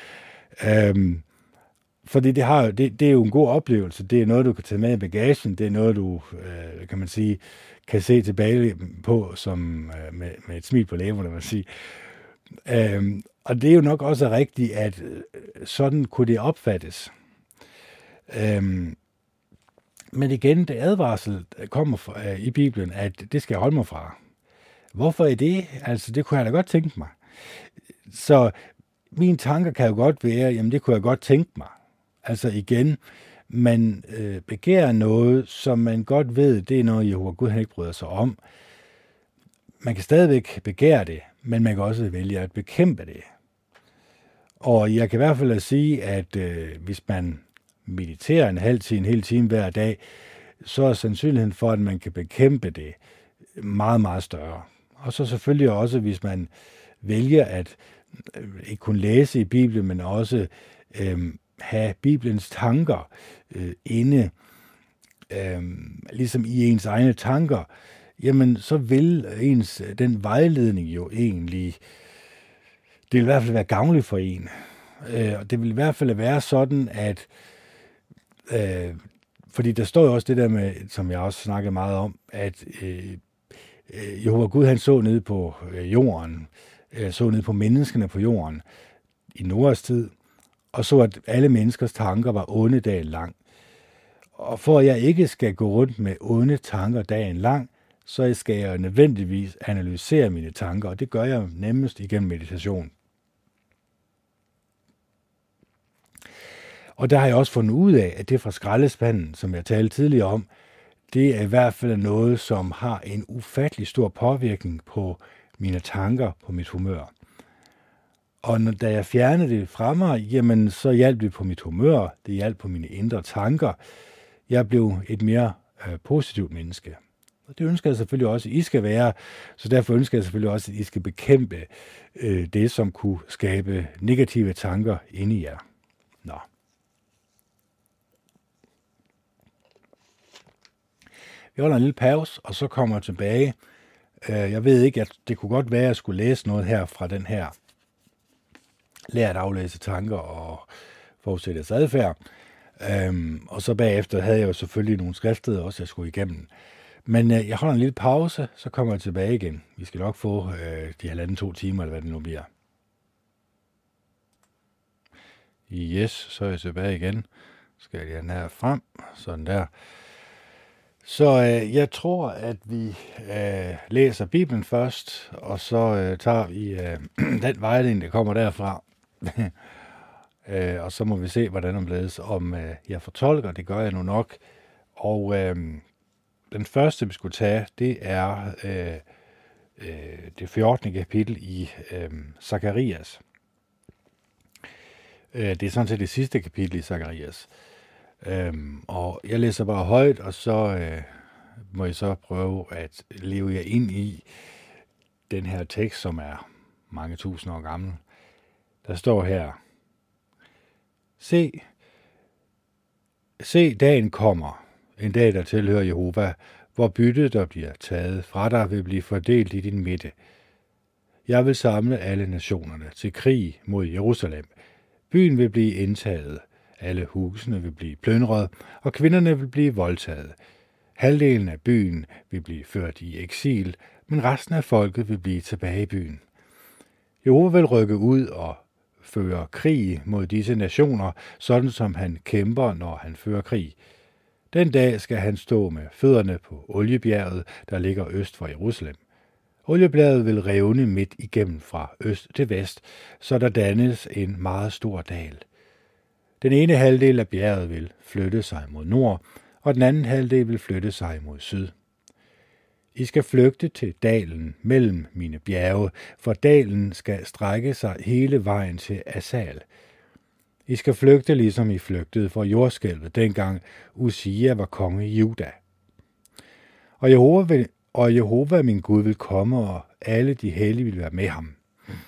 Fordi det er jo en god oplevelse. Det er noget, du kan tage med i bagagen. Det er noget, du, kan man sige, kan se tilbage på som, med et smil på læben, man sige. Og det er jo nok også rigtigt, at sådan kunne det opfattes. Men igen, det advarsel kommer fra, i Bibelen, at det skal jeg holde mig fra. Hvorfor er det? Altså, det kunne jeg da godt tænke mig. Så mine tanker kan jo godt være, jamen det kunne jeg godt tænke mig. Altså igen, man begærer noget, som man godt ved, det er noget, Jehova Gud han ikke bryder sig om. Man kan stadigvæk begære det, men man kan også vælge at bekæmpe det. Og jeg kan i hvert fald sige, at hvis man mediterer en hel time hver dag, så er sandsynligheden for, at man kan bekæmpe det meget, meget større. Og så selvfølgelig også, hvis man vælger at ikke kun læse i Bibelen, men også have Bibelens tanker inde, ligesom i ens egne tanker, jamen så vil den vejledning jo egentlig, det vil i hvert fald være gavnligt for en. Og det vil i hvert fald være sådan, at fordi der står jo også det der med, som jeg også snakkede meget om, at Jehova Gud han så ned på jorden, så ned på menneskene på jorden i Noahs tid, og så at alle menneskers tanker var onde dagen lang. Og for at jeg ikke skal gå rundt med onde tanker dagen lang, så skal jeg nødvendigvis analysere mine tanker, og det gør jeg nemmest igennem meditation. Og der har jeg også fundet ud af, at det fra skraldespanden, som jeg talte tidligere om, det er i hvert fald noget, som har en ufattelig stor påvirkning på mine tanker, på mit humør. Og da jeg fjernede det fra mig, jamen så hjalp det på mit humør, det hjalp på mine indre tanker. Jeg blev et mere positivt menneske. Og det ønsker jeg selvfølgelig også, at I skal være, så derfor ønsker jeg selvfølgelig også, at I skal bekæmpe det, som kunne skabe negative tanker inde i jer. Nå. Vi holder en lille pause, og så kommer jeg tilbage. Jeg ved ikke, at det kunne godt være, at jeg skulle læse noget her fra den her lær at aflæse tanker og forudsættes adfærd. Og så bagefter havde jeg jo selvfølgelig nogle skriftsteder også, jeg skulle igennem. Men jeg holder en lille pause, så kommer jeg tilbage igen. Vi skal nok få de 1,5-2 timer, eller hvad det nu bliver. Yes, så er jeg tilbage igen. Skal jeg lige have den her frem. Sådan der. Så jeg tror, at vi læser Bibelen først, og så tager vi den vejledning, der kommer derfra. Og så må vi se, hvordan omledes, om jeg fortolker. Det gør jeg nu nok. Og den første, vi skulle tage, det er det 14. kapitel i Zakarias. Det er sådan set det sidste kapitel i Zakarias. Og jeg læser bare højt, og så må I så prøve at leve jer ind i den her tekst, som er mange tusind år gammel. Der står her: Se, dagen kommer, en dag, der tilhører Jehova, hvor byttet, der bliver taget fra dig, vil blive fordelt i din midte. Jeg vil samle alle nationerne til krig mod Jerusalem. Byen vil blive indtaget, alle husene vil blive plyndret, og kvinderne vil blive voldtaget. Halvdelen af byen vil blive ført i eksil, men resten af folket vil blive tilbage i byen. Jehova vil rykke ud og føre krig mod disse nationer, sådan som han kæmper, når han fører krig. Den dag skal han stå med fødderne på oliebjerget, der ligger øst for Jerusalem. Oliebjerget vil revne midt igennem fra øst til vest, så der dannes en meget stor dal. Den ene halvdel af bjerget vil flytte sig mod nord, og den anden halvdel vil flytte sig mod syd. I skal flygte til dalen mellem mine bjerge, for dalen skal strække sig hele vejen til Asal. I skal flygte, ligesom I flygtede fra jordskælvet, dengang Usia var konge i Juda. Og Jehova, min Gud, vil komme, og alle de hellige vil være med ham.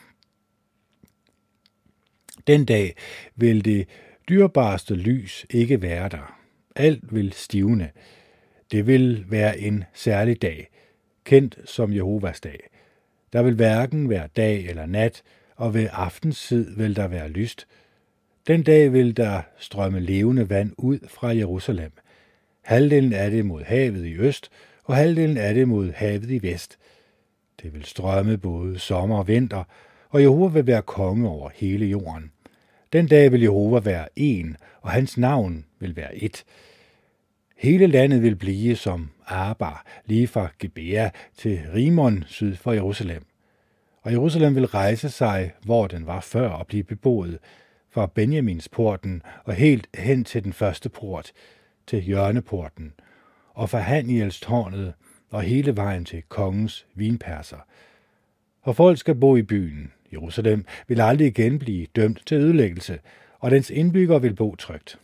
Den dag vil det dyrbareste lys ikke være der. Alt vil stivne. Det vil være en særlig dag, kendt som Jehovas dag. Der vil hverken være dag eller nat, og ved aftenstid vil der være lyst. Den dag vil der strømme levende vand ud fra Jerusalem. Halvdelen af det mod havet i øst, og halvdelen af det mod havet i vest. Det vil strømme både sommer og vinter, og Jehova vil være konge over hele jorden. Den dag vil Jehova være en, og hans navn vil være et. Hele landet vil blive som Arba, lige fra Gebea til Rimon syd for Jerusalem. Og Jerusalem vil rejse sig, hvor den var før, og blive beboet, fra Benjamins porten og helt hen til den første port, til hjørneporten, og fra Haniels tårnet og hele vejen til kongens vinperser. Og folk skal bo i byen. Jerusalem vil aldrig igen blive dømt til ødelæggelse, og dens indbyggere vil bo trygt.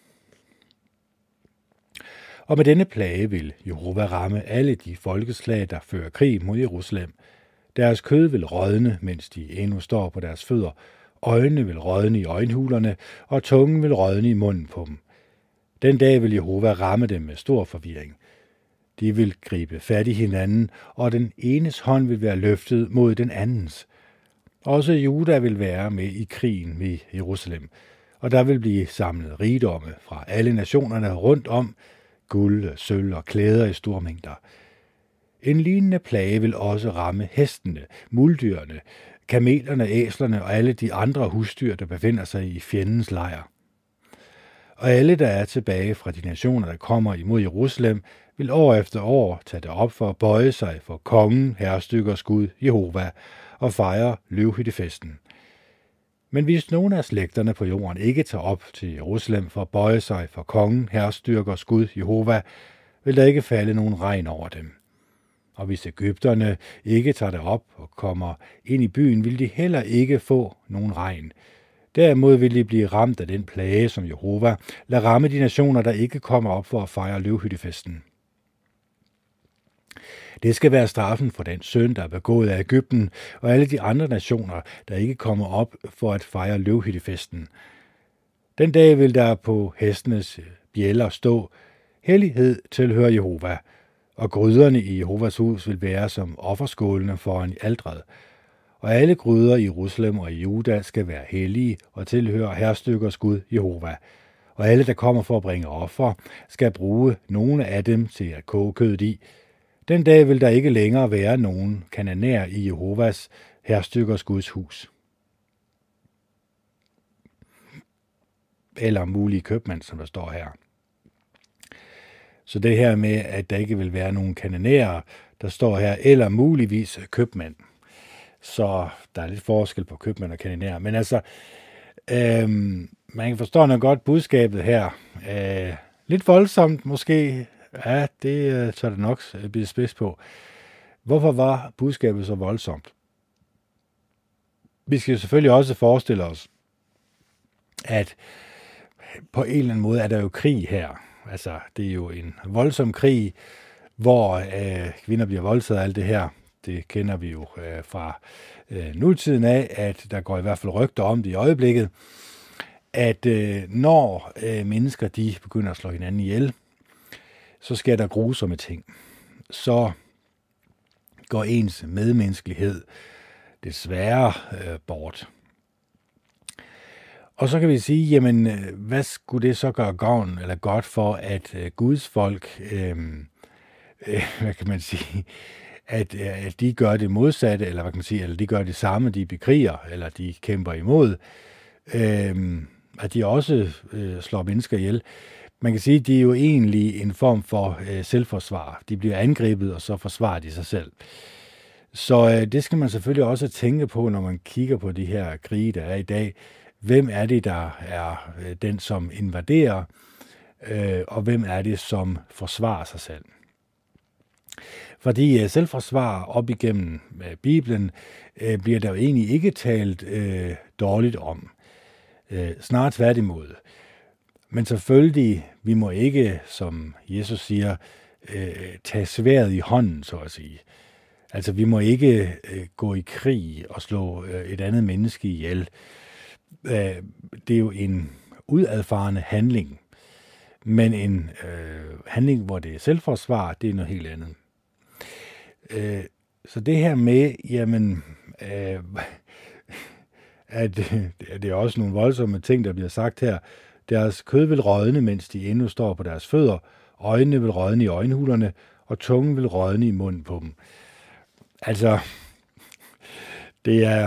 Og med denne plage vil Jehova ramme alle de folkeslag, der fører krig mod Jerusalem. Deres kød vil rådne, mens de endnu står på deres fødder. Øjnene vil rådne i øjenhulerne, og tungen vil rådne i munden på dem. Den dag vil Jehova ramme dem med stor forvirring. De vil gribe fat i hinanden, og den enes hånd vil være løftet mod den andens. Også Juda vil være med i krigen ved Jerusalem, og der vil blive samlet rigdomme fra alle nationerne rundt om, guld, sølv og klæder i store mængder. En lignende plage vil også ramme hestene, muldyrene, kamelerne, æslerne og alle de andre husdyr, der befinder sig i fjendens lejr. Og alle, der er tilbage fra de nationer, der kommer imod Jerusalem, vil år efter år tage det op for at bøje sig for kongen, herrestykkers Gud, Jehova, og fejre løvhyttefesten. Men hvis nogen af slægterne på jorden ikke tager op til Jerusalem for at bøje sig for kongen, herrestyrkers Gud, Jehova, vil der ikke falde nogen regn over dem. Og hvis egypterne ikke tager det op og kommer ind i byen, vil de heller ikke få nogen regn. Derimod vil de blive ramt af den plage, som Jehova lader ramme de nationer, der ikke kommer op for at fejre løvhyttefesten. Det skal være straffen for den synd, der er begået af Egypten og alle de andre nationer, der ikke kommer op for at fejre løvhyttefesten. Den dag vil der på hestenes bjælder stå: hellighed tilhører Jehova, og gryderne i Jehovas hus vil være som offerskålene foran alteret. Og alle gryder i Jerusalem og i Juda skal være hellige og tilhøre herrestykkers Gud Jehova. Og alle, der kommer for at bringe offer, skal bruge nogle af dem til at koge kødet i. Den dag vil der ikke længere være nogen kananæer i Jehovas herrestykkers Guds hus. Eller mulige købmand, som der står her. Så det her med, at der ikke vil være nogen kananæer, der står her, eller muligvis købmand. Så der er lidt forskel på købmand og kananæer. Men altså, man kan forstå noget godt budskabet her. Lidt voldsomt måske. Ja, det tager det nok blive spids på. Hvorfor var budskabet så voldsomt? Vi skal selvfølgelig også forestille os, at på en eller anden måde er der jo krig her. Altså, det er jo en voldsom krig, hvor kvinder bliver voldtaget og alt det her. Det kender vi jo fra nutiden af, at der går i hvert fald rygter om det i øjeblikket, at når mennesker de begynder at slå hinanden ihjel, så sker der grusomme ting. Så går ens medmenneskelighed desværre bort. Og så kan vi sige, jamen, hvad skulle det så gøre gavn eller godt for, at Guds folk, hvad kan man sige, at de gør det modsatte, eller hvad kan man sige, eller de gør det samme, de bekriger, eller de kæmper imod, at de også slår mennesker ihjel. Man kan sige, at de er jo egentlig en form for selvforsvar. De bliver angrebet, og så forsvarer de sig selv. Så det skal man selvfølgelig også tænke på, når man kigger på de her krige, der er i dag. Hvem er det, der er den, som invaderer, og hvem er det, som forsvarer sig selv? Fordi selvforsvar op igennem Bibelen bliver der jo egentlig ikke talt dårligt om. Snart tværtimod. Men selvfølgelig, vi må ikke, som Jesus siger, tage sværdet i hånden, så at sige. Altså, vi må ikke gå i krig og slå et andet menneske ihjel. Det er jo en udadfarende handling. Men en handling, hvor det er selvforsvar, det er noget helt andet. Så det her med, jamen, at det er også nogle voldsomme ting, der bliver sagt her. Deres kød vil rådne, mens de endnu står på deres fødder. Øjnene vil rådne i øjenhulerne, og tungen vil rådne i munden på dem. Altså, det er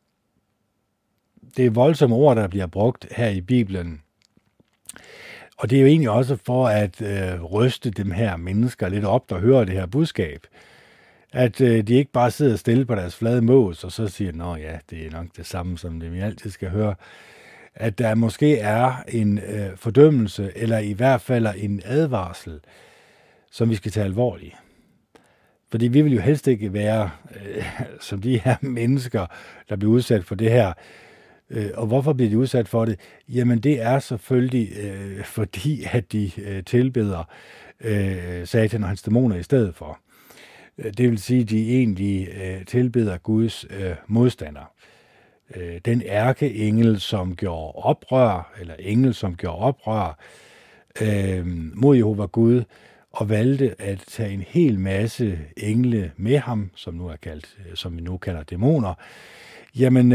voldsomme ord, der bliver brugt her i Bibelen. Og det er jo egentlig også for at ryste dem her mennesker lidt op, der hører det her budskab. At de ikke bare sidder stille på deres flade mås, og så siger, nå ja, det er nok det samme, som det vi altid skal høre. At der måske er en fordømmelse, eller i hvert fald en advarsel, som vi skal tage alvorligt. Fordi vi vil jo helst ikke være som de her mennesker, der bliver udsat for det her. Og hvorfor bliver de udsat for det? Jamen det er selvfølgelig fordi, at de tilbeder Satan og hans dæmoner i stedet for. Det vil sige, at de egentlig tilbeder Guds modstander. Den ærkeengel, som gjorde oprør, eller engel, som gjorde oprør mod Jehova Gud, og valgte at tage en hel masse engle med ham, som vi nu kalder dæmoner. Jamen,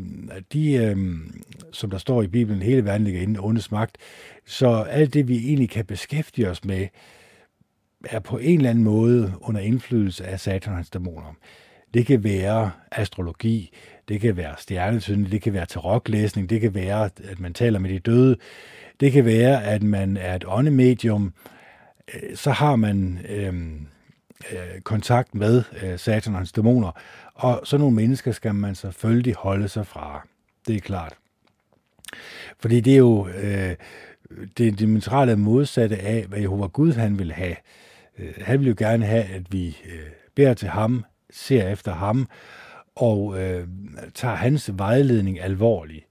som der står i Bibelen, hele verden ligger inde ondes magt. Så alt det, vi egentlig kan beskæftige os med, er på en eller anden måde under indflydelse af Satan og hans dæmoner. Det kan være astrologi, det kan være stjernetydning, det kan være tarotlæsning, det kan være, at man taler med de døde, det kan være, at man er et åndemedium. Så har man kontakt med Satan og hans dæmoner, og sådan nogle mennesker skal man selvfølgelig holde sig fra. Det er klart. Fordi det er jo det diametrale modsatte af, hvad Jehova Gud han vil have. Han vil jo gerne have, at vi beder til ham, ser efter ham, og tager hans vejledning alvorligt.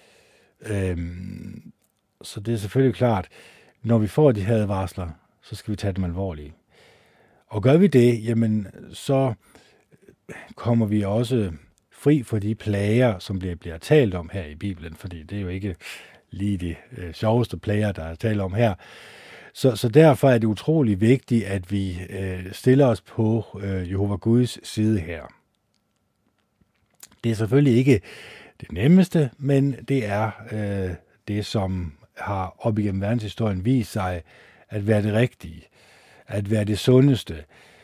Så det er selvfølgelig klart, når vi får de her advarsler, så skal vi tage dem alvorligt. Og gør vi det, jamen så kommer vi også fri for de plager, som bliver talt om her i Bibelen, fordi det er jo ikke lige de sjoveste plager, der er talt om her. Så derfor er det utrolig vigtigt, at vi stiller os på Jehova Guds side her. Det er selvfølgelig ikke det nemmeste, men det er det, som har op igennem verdenshistorien vist sig at være det rigtige, at være det sundeste,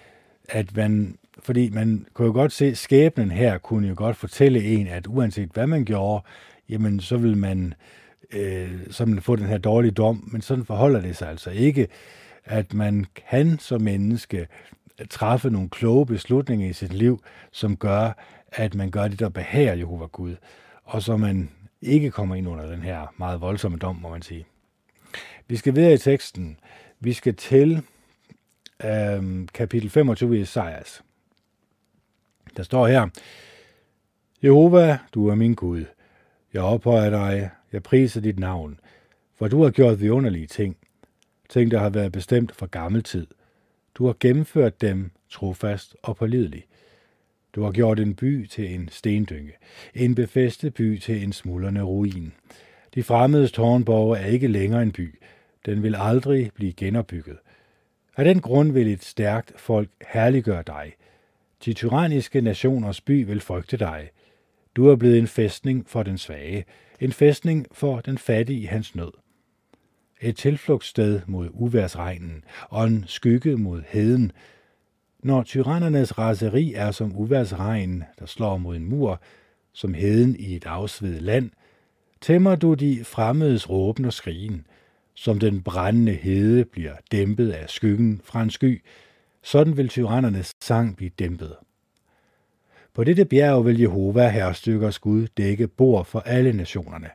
fordi man kunne jo godt se, skæbnen her kunne jo godt fortælle en, at uanset hvad man gjorde, jamen så vil man få den her dårlige dom, men sådan forholder det sig altså ikke, at man kan som menneske træffe nogle kloge beslutninger i sit liv, som gør, at man gør det, der behager Jehova Gud, og så man ikke kommer ind under den her meget voldsomme dom, må man sige. Vi skal videre i teksten. Vi skal til kapitel 25 i Esajas. Der står her: Jehova, du er min Gud. Jeg ophøjer dig, jeg priser dit navn, for du har gjort vidunderlige ting, der har været bestemt fra gammel tid. Du har gennemført dem trofast og pålidelig. Du har gjort en by til en stendynge, en befæstet by til en smuldrende ruin. De fremmedes tårnborge er ikke længere en by. Den vil aldrig blive genopbygget. Af den grund vil et stærkt folk herliggøre dig. De tyranniske nationers by vil frygte dig. Du er blevet en fæstning for den svage, en fæstning for den fattige i hans nød. Et tilflugtssted mod uværsregnen og en skygge mod heden. Når tyrannernes raseri er som uværsregn, der slår mod en mur, som heden i et afsvedet land, tæmmer du de fremmedes råben og skrigen. Som den brændende hede bliver dæmpet af skyggen fra en sky, sådan vil tyrannernes sang blive dæmpet. På dette bjerg vil Jehova, herrestykkers Gud, dække bord for alle nationerne.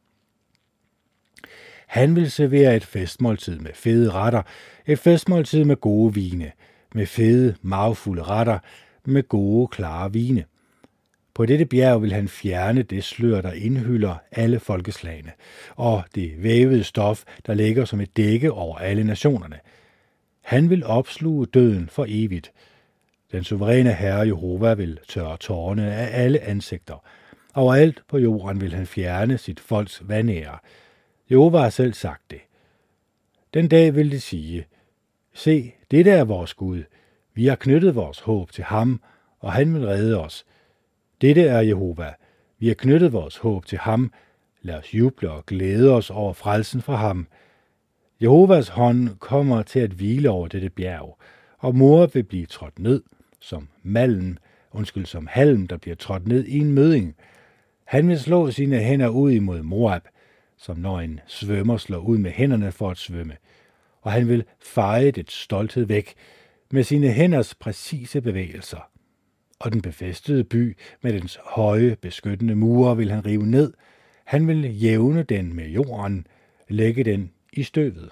Han vil servere et festmåltid med fede retter, et festmåltid med gode vine, med fede, magfulde retter, med gode, klare vine. På dette bjerg vil han fjerne det slør, der indhylder alle folkeslagene, og det vævede stof, der ligger som et dække over alle nationerne. Han vil opsluge døden for evigt. Den suveræne herre Jehova vil tørre tårerne af alle ansigter. Overalt på jorden vil han fjerne sit folks vanære. Jehova har selv sagt det. Den dag vil de sige: Se, dette er vores Gud. Vi har knyttet vores håb til ham, og han vil redde os. Dette er Jehova. Vi har knyttet vores håb til ham. Lad os juble og glæde os over frelsen fra ham. Jehovas hånd kommer til at hvile over dette bjerg, og mor vil blive trådt ned som halm, der bliver trådt ned i en mødding. Han vil slå sine hænder ud imod Moab, som når en svømmer slår ud med hænderne for at svømme, og han vil feje det stolthed væk med sine hænders præcise bevægelser. Og den befæstede by med dens høje, beskyttende mure vil han rive ned. Han vil jævne den med jorden, lægge den i støvet.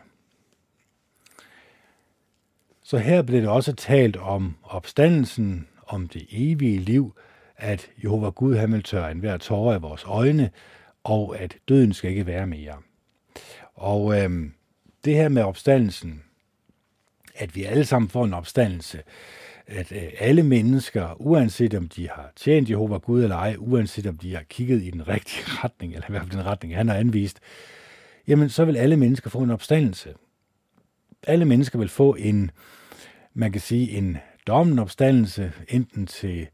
Så her blev det også talt om opstandelsen, om det evige liv, at Jehova Gud han vil tørre enhver tåre af vores øjne, og at døden skal ikke være mere. Og det her med opstandelsen, at vi alle sammen får en opstandelse, at alle mennesker, uanset om de har tjent Jehova Gud eller ej, uanset om de har kigget i den rigtige retning, eller i hvert fald den retning, han har anvist, jamen så vil alle mennesker få en opstandelse. Alle mennesker vil få en dommende opstandelse, enten til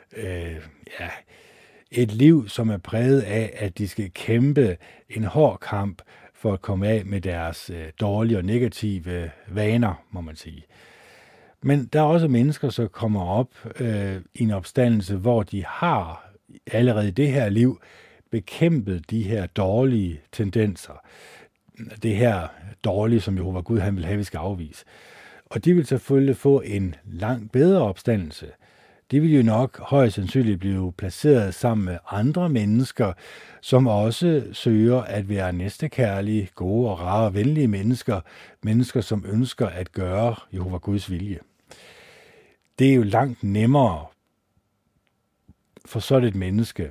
et liv, som er præget af, at de skal kæmpe en hård kamp for at komme af med deres dårlige og negative vaner, må man sige. Men der er også mennesker, som kommer op i en opstandelse, hvor de har allerede i det her liv bekæmpet de her dårlige tendenser. Det her dårlige, som Jehova Gud han vil have, vi skal afvise. Og de vil selvfølgelig få en langt bedre opstandelse. De vil jo nok højst sandsynligt blive placeret sammen med andre mennesker, som også søger at være næstekærlige, gode og rare og venlige mennesker. Mennesker, som ønsker at gøre Jehova Guds vilje. Det er jo langt nemmere for sådan et menneske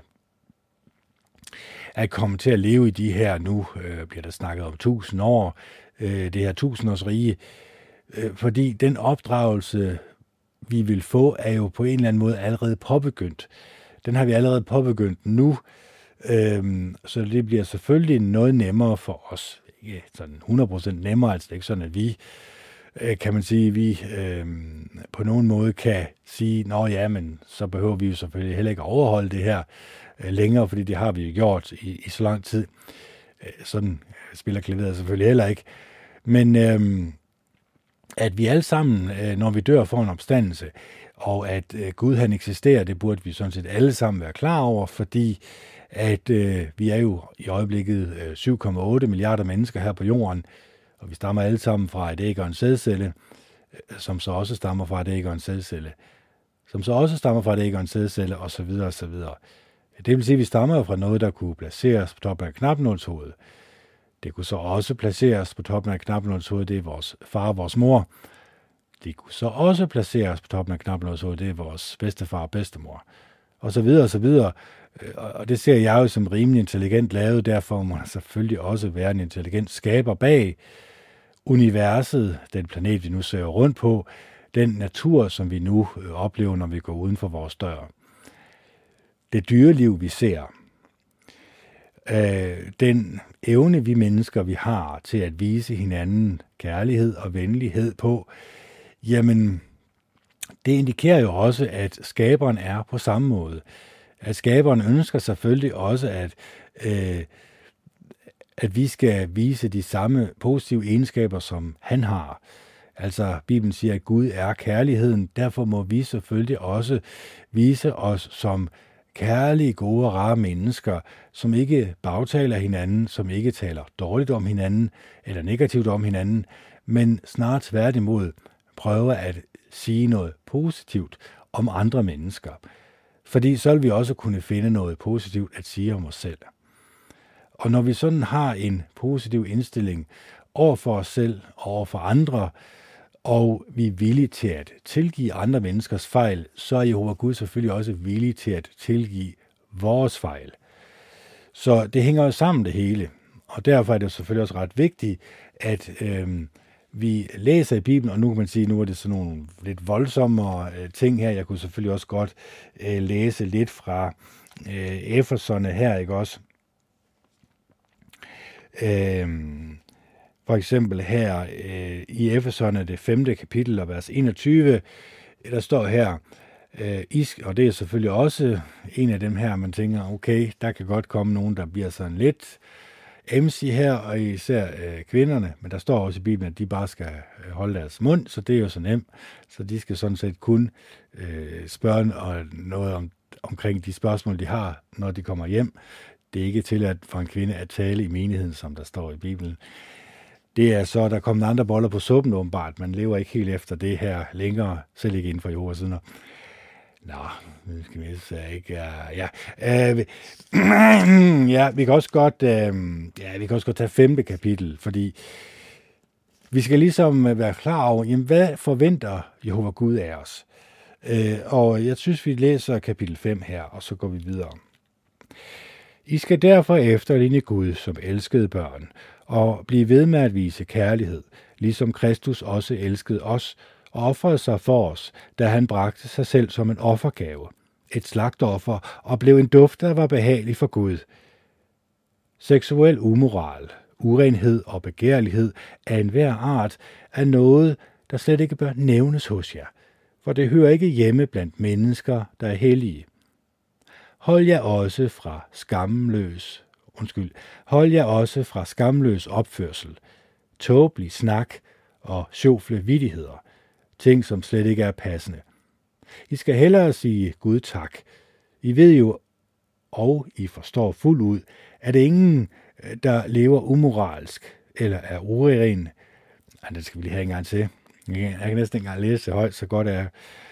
at komme til at leve i de her, nu bliver der snakket om 1000 år, det her 1000-årsrige, fordi den opdragelse, vi vil få, er jo på en eller anden måde allerede påbegyndt. Den har vi allerede påbegyndt nu, så det bliver selvfølgelig noget nemmere for os. Ikke sådan 100% nemmere, altså det er ikke sådan, at vi, kan man sige, vi på nogen måde kan sige, nå ja, men så behøver vi jo selvfølgelig heller ikke overholde det her længere, fordi det har vi jo gjort i så lang tid. Sådan spiller klaveret selvfølgelig heller ikke. Men at vi alle sammen, når vi dør, får en opstandelse, og at Gud han eksisterer, det burde vi sådan set alle sammen være klar over, fordi at vi er jo i øjeblikket 7,8 milliarder mennesker her på jorden, og vi stammer alle sammen fra et æg og en sædcelle, som så også stammer fra et æg og en sædcelle, som så også stammer fra et æg og en sædcelle, osv. osv. Det vil sige, at vi stammer fra noget, der kunne placeres på toppen af knapnålshovedet. Det kunne så også placeres på toppen af knapnålshovedet, det er vores far og vores mor. Det kunne så også placeres på toppen af knapnålshovedet, det er vores bedstefar og bedstemor. Og så videre, og så videre. Og det ser jeg jo som rimelig intelligent lavet, derfor må der selvfølgelig også være en intelligent skaber bag universet, den planet, vi nu ser rundt på, den natur, som vi nu oplever, når vi går uden for vores dør. Det dyreliv, vi ser, den evne, vi mennesker, vi har til at vise hinanden kærlighed og venlighed på, jamen, det indikerer jo også, at skaberen er på samme måde. At skaberen ønsker selvfølgelig også, at vi skal vise de samme positive egenskaber, som han har. Altså, Bibelen siger, at Gud er kærligheden. Derfor må vi selvfølgelig også vise os som kærlige, gode og rare mennesker, som ikke bagtaler hinanden, som ikke taler dårligt om hinanden eller negativt om hinanden, men snart tværtimod prøver at sige noget positivt om andre mennesker. Fordi så vil vi også kunne finde noget positivt at sige om os selv. Og når vi sådan har en positiv indstilling over for os selv og over for andre, og vi er villige til at tilgive andre menneskers fejl, så er Jehova Gud selvfølgelig også villig til at tilgive vores fejl. Så det hænger jo sammen det hele, og derfor er det selvfølgelig også ret vigtigt, at vi læser i Bibelen, og nu kan man sige, nu er det sådan nogle lidt voldsommere ting her. Jeg kunne selvfølgelig også godt læse lidt fra Efeserne her, ikke også? For eksempel her i Efeserne, det 5. kapitel og vers 21, der står her, Og det er selvfølgelig også en af dem her, man tænker, okay, der kan godt komme nogen, der bliver sådan lidt MC her, og især kvinderne, men der står også i Bibelen, at de bare skal holde deres mund, så det er jo så nemt. Så de skal sådan set kun spørge noget omkring de spørgsmål, de har, når de kommer hjem. Det er ikke tilladt for en kvinde at tale i menigheden, som der står i Bibelen. Det er så, der kommer andre boller på suppen åbenbart. Man lever ikke helt efter det her længere, selv ikke inden for Jehovas vidner. Nå, nu skal vi så ikke... vi kan også godt tage 5. kapitel, fordi vi skal ligesom være klar over, jamen, hvad forventer Jehova Gud af os? Og jeg synes, vi læser kapitel 5 her, og så går vi videre. I skal derfor efterligne Gud som elskede børn, og blive ved med at vise kærlighed, ligesom Kristus også elskede os, og ofrede sig for os, da han bragte sig selv som en offergave, et slagtoffer, og blev en duft, der var behagelig for Gud. Seksuel umoral, urenhed og begærlighed af enhver art er noget, der slet ikke bør nævnes hos jer, for det hører ikke hjemme blandt mennesker, der er hellige. Hold jer også fra skamløs opførsel, tåbelig snak og sjofle vittigheder, ting som slet ikke er passende. I skal hellere sige Gud tak. I ved jo, og I forstår fuldt ud, at ingen, der lever umoralsk eller er uren, det skal vi lige have en gang til. Jeg kan næsten ikke engang læse det højt, så godt er.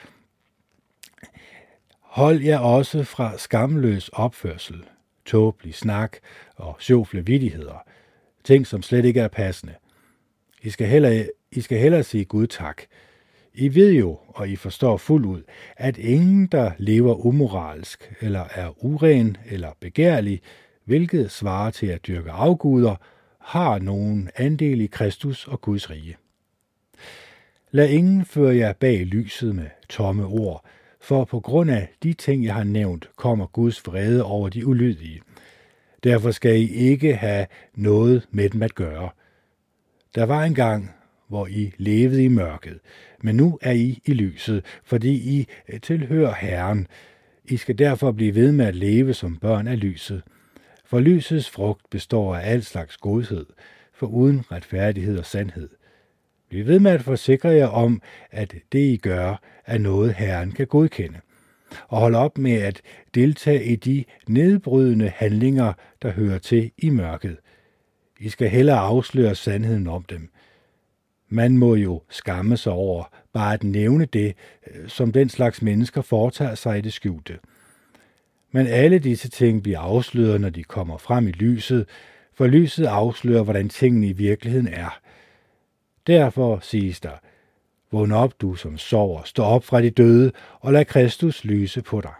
Hold jer også fra skamløs opførsel, tåbelig snak og sjofle vittigheder, ting som slet ikke er passende. I skal hellere sige Gud tak. I ved jo, og I forstår fuldt ud, at ingen, der lever umoralsk eller er uren eller begærlig, hvilket svarer til at dyrke afguder, har nogen andel i Kristus og Guds rige. Lad ingen føre jer bag lyset med tomme ord, for på grund af de ting, jeg har nævnt, kommer Guds vrede over de ulydige. Derfor skal I ikke have noget med dem at gøre. Der var en gang, hvor I levede i mørket, men nu er I i lyset, fordi I tilhører Herren. I skal derfor blive ved med at leve som børn af lyset. For lysets frugt består af al slags godhed, for uden retfærdighed og sandhed. Bliv ved med at forsikre jer om, at det I gør, er noget Herren kan godkende. Og hold op med at deltage i de nedbrydende handlinger, der hører til i mørket. I skal hellere afsløre sandheden om dem. Man må jo skamme sig over bare at nævne det, som den slags mennesker foretager sig i det skjulte. Men alle disse ting bliver afsløret, når de kommer frem i lyset, for lyset afslører, hvordan tingene i virkeligheden er. Derfor siges der, vågn op, du som sover, stå op fra de døde, og lad Kristus lyse på dig.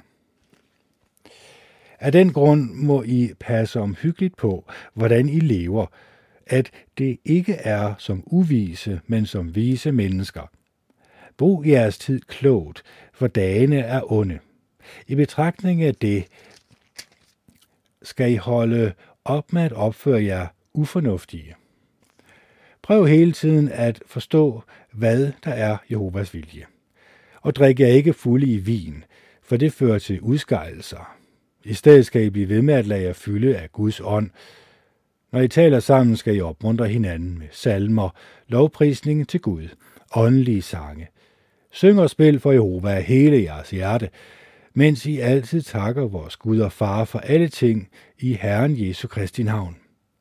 Af den grund må I passe omhyggeligt på, hvordan I lever, at det ikke er som uvise, men som vise mennesker. Brug jeres tid klogt, for dagene er onde. I betragtning af det skal I holde op med at opføre jer ufornuftige. Prøv hele tiden at forstå, hvad der er Jehovas vilje. Og drik jer ikke fulde i vin, for det fører til udskejelser. I stedet skal I blive ved med at lade jer fylde af Guds ånd. Når I taler sammen, skal I opmuntre hinanden med salmer, lovprisning til Gud, åndelige sange. Syng og spil for Jehova af hele jeres hjerte, mens I altid takker vores Gud og Far for alle ting i Herren Jesu Kristi navn.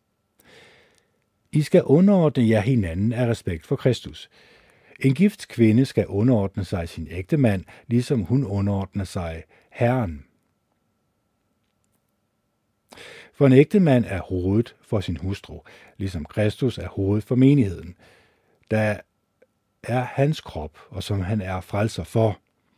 I skal underordne jer hinanden af respekt for Kristus. En gift kvinde skal underordne sig sin ægtemand, ligesom hun underordner sig Herren. For en ægtemand er hovedet for sin hustru, ligesom Kristus er hovedet for menigheden, der er hans krop, og som han er frelser for.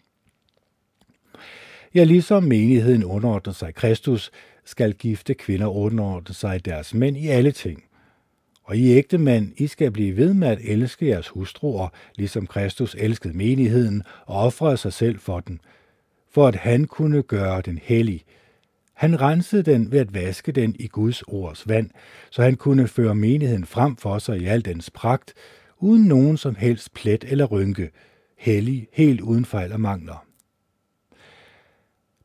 Ja, ligesom menigheden underordner sig Kristus, skal gifte kvinder underordne sig deres mænd i alle ting. Og I ægtemænd, I skal blive ved med at elske jeres hustruer, ligesom Kristus elskede menigheden og ofrede sig selv for den, for at han kunne gøre den hellig. Han rensede den ved at vaske den i Guds ords vand, så han kunne føre menigheden frem for sig i al dens pragt, uden nogen som helst plet eller rynke, hellig, helt uden fejl og mangler.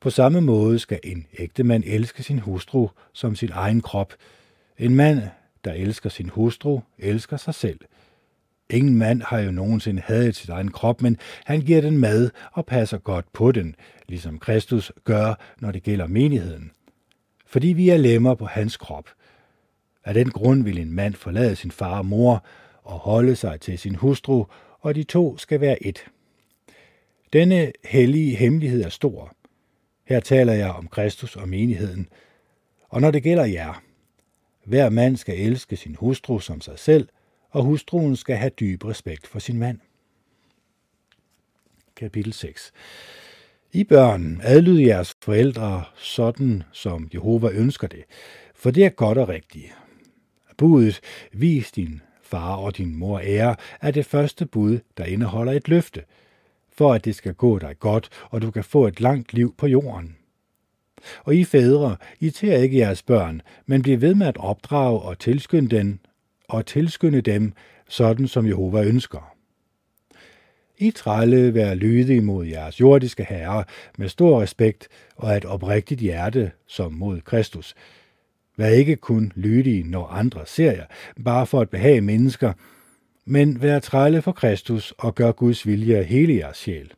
På samme måde skal en ægtemand elske sin hustru som sin egen krop. En mand, der elsker sin hustru, elsker sig selv. Ingen mand har jo nogensinde hadet sin egen krop, men han giver den mad og passer godt på den, ligesom Kristus gør, når det gælder menigheden. Fordi vi er lemmer på hans krop. Af den grund vil en mand forlade sin far og mor og holde sig til sin hustru, og de to skal være ét. Denne hellige hemmelighed er stor. Her taler jeg om Kristus og menigheden. Og når det gælder jer, hver mand skal elske sin hustru som sig selv, og hustruen skal have dyb respekt for sin mand. Kapitel 6. I børn, adlyd jeres forældre sådan, som Jehova ønsker det, for det er godt og rigtigt. Budet, vis din far og din mor ære, er det første bud, der indeholder et løfte, for at det skal gå dig godt, og du kan få et langt liv på jorden. Og I fædre, irriter ikke jeres børn, men bliv ved med at opdrage og tilskynde dem, sådan som Jehova ønsker. I trælle, vær lydige mod jeres jordiske herre med stor respekt og et oprigtigt hjerte, som mod Kristus. Vær ikke kun lydige, når andre ser jer, bare for at behage mennesker, men vær trælle for Kristus og gør Guds vilje af hele jeres sjæl.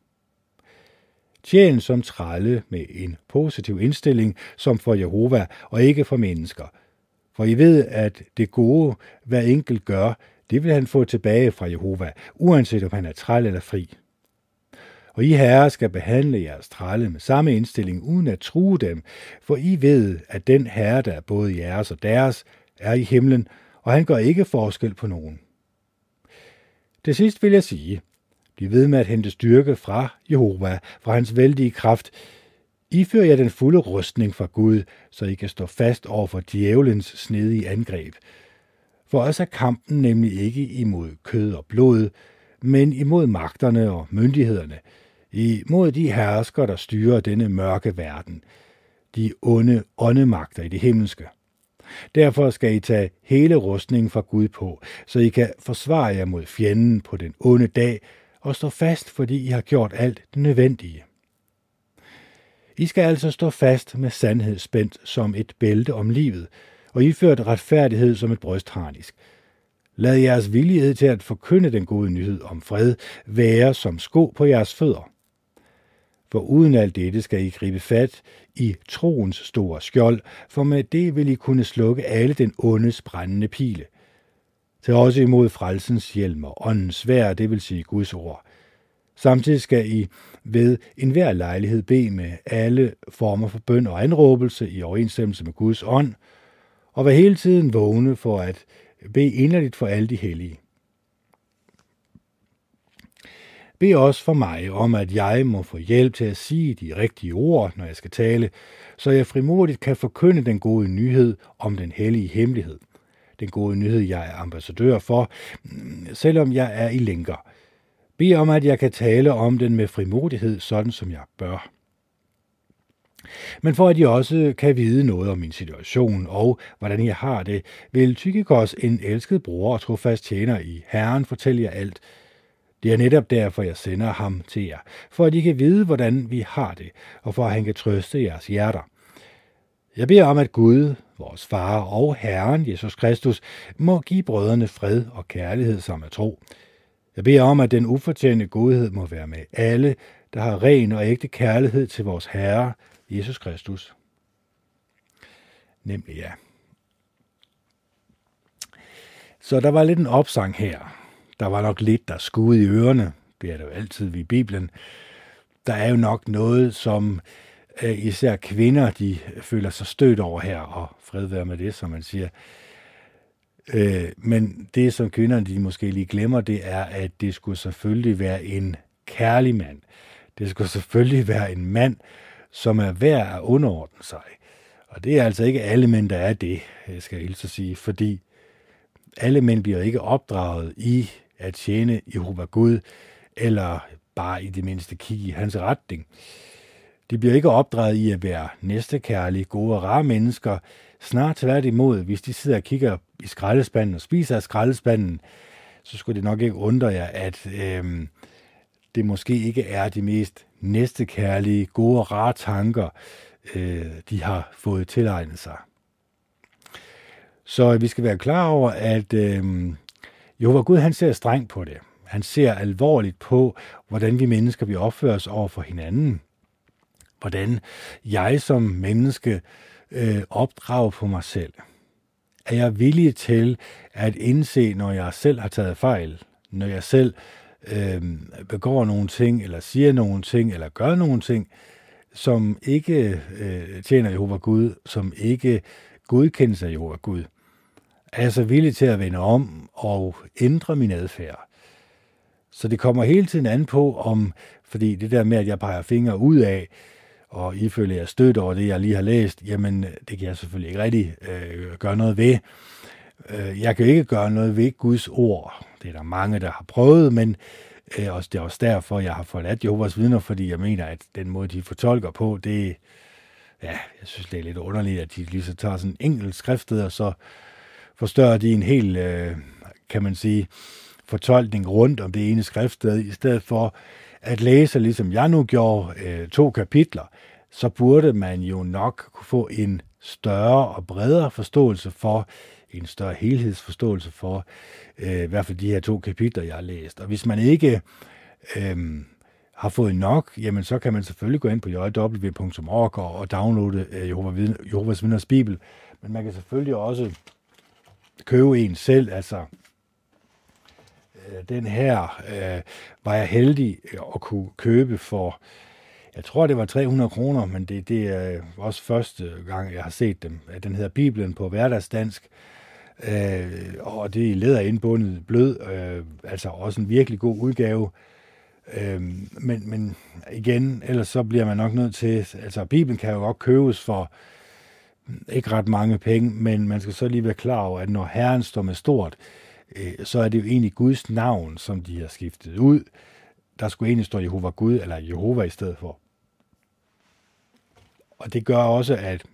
Tjen som trælle med en positiv indstilling, som for Jehova og ikke for mennesker. For I ved, at det gode, hver enkelt gør, det vil han få tilbage fra Jehova, uanset om han er træl eller fri. Og I herrer skal behandle jeres trælle med samme indstilling, uden at true dem, for I ved, at den herre, der er både jeres og deres, er i himlen, og han gør ikke forskel på nogen. Til sidst vil jeg sige, bliv ved med at hente styrke fra Jehova, fra hans vældige kraft. Ifører jer den fulde rustning fra Gud, så I kan stå fast over for djævelens snedige angreb. For os er kampen nemlig ikke imod kød og blod, men imod magterne og myndighederne, imod de hersker, der styrer denne mørke verden, de onde åndemagter i det himmelske. Derfor skal I tage hele rustningen fra Gud på, så I kan forsvare jer mod fjenden på den onde dag og stå fast, fordi I har gjort alt det nødvendige. I skal altså stå fast med sandhed spændt som et bælte om livet, og iført retfærdighed som et brystharnisk. Lad jeres villighed til at forkynde den gode nyhed om fred være som sko på jeres fødder. For uden alt dette skal I gribe fat i troens store skjold, for med det vil I kunne slukke alle den ondes brændende pile. Tag også imod frelsens hjelm og åndens sværd, det vil sige Guds ord. Samtidig skal I ved enhver lejlighed bede med alle former for bøn og anråbelse i overensstemmelse med Guds ånd, og vær hele tiden vågne for at bede inderligt for alle de hellige. Bed også for mig om, at jeg må få hjælp til at sige de rigtige ord, når jeg skal tale, så jeg frimodigt kan forkynde den gode nyhed om den hellige hemmelighed. Den gode nyhed, jeg er ambassadør for, selvom jeg er i lænker. Bed om, at jeg kan tale om den med frimodighed, sådan som jeg bør. Men for at I også kan vide noget om min situation og hvordan jeg har det, vil Tykikos, en elsket bror og trofast tjener i Herren, fortælle jer alt. Det er netop derfor, jeg sender ham til jer, for at I kan vide, hvordan vi har det, og for at han kan trøste jeres hjerter. Jeg beder om, at Gud, vores Far og Herren, Jesus Kristus, må give brødrene fred og kærlighed som er tro. Jeg beder om, at den ufortjente godhed må være med alle, der har ren og ægte kærlighed til vores Herre, Jesus Kristus. Nemlig ja. Så der var lidt en opsang her. Der var nok lidt, der skuede i ørerne. Det er der jo altid ved Bibelen. Der er jo nok noget, som især kvinder, de føler sig stødt over her, og fred være med det, som man siger. Men det, som kvinderne de måske lige glemmer, det er, at det skulle selvfølgelig være en kærlig mand. Det skulle selvfølgelig være en mand, som er værd at underordne sig. Og det er altså ikke alle mænd, der er det, skal jeg hilse at sige, fordi alle mænd bliver ikke opdraget i at tjene Jehova Gud, eller bare i det mindste kigge i hans retning. De bliver ikke opdraget i at være næstekærlige, gode og rare mennesker. Snart tværtimod, hvis de sidder og kigger i skraldespanden og spiser af skraldespanden, så skulle det nok ikke undre jer, at det måske ikke er de mest næstekærlige, gode og rare tanker, de har fået tilegnet sig. Så vi skal være klar over, at Jehova Gud, han ser strengt på det. Han ser alvorligt på, hvordan vi mennesker vi opfører os over for hinanden. Hvordan jeg som menneske opdrager på mig selv. Er jeg villig til at indse, når jeg selv har taget fejl, når jeg selv begår nogle ting, eller siger nogle ting, eller gør nogle ting, som ikke tjener Jehova Gud, som ikke godkendes af Jehova Gud. Er jeg så villig til at vende om og ændre min adfærd? Så det kommer hele tiden an på, fordi det der med, at jeg peger fingre ud af, og ifølge jeg støtter over det, jeg lige har læst, jamen det kan jeg selvfølgelig ikke rigtig gøre noget ved. Jeg kan ikke gøre noget ved Guds ord. Det er der mange, der har prøvet, men det er også derfor, jeg har forladt Jehovas vidner, fordi jeg mener, at den måde, de fortolker på, jeg synes, det er lidt underligt, at de lige så tager sådan en enkelt skriftsted, og så forstørrer de en hel, kan man sige, fortolkning rundt om det ene skriftsted, i stedet for at læse, ligesom jeg nu gjorde, 2 kapitler, så burde man jo nok kunne få en større og bredere forståelse for, en større helhedsforståelse for, i hvert fald de her 2 kapitler, jeg har læst. Og hvis man ikke har fået nok, jamen så kan man selvfølgelig gå ind på jw.org og downloade Jehovas Vidners Bibel, men man kan selvfølgelig også købe en selv, altså den her var jeg heldig at kunne købe for, jeg tror det var 300 kroner, men det er også første gang, jeg har set dem. Den hedder Bibelen på hverdagsdansk, og det er læderindbundet blød, altså også en virkelig god udgave. Men igen, ellers så bliver man nok nødt til, altså Bibelen kan jo godt købes for ikke ret mange penge, men man skal så lige være klar over, at når Herren står med stort, så er det jo egentlig Guds navn, som de har skiftet ud. Der skulle egentlig stå Jehova Gud, eller Jehova i stedet for. Og det gør også, at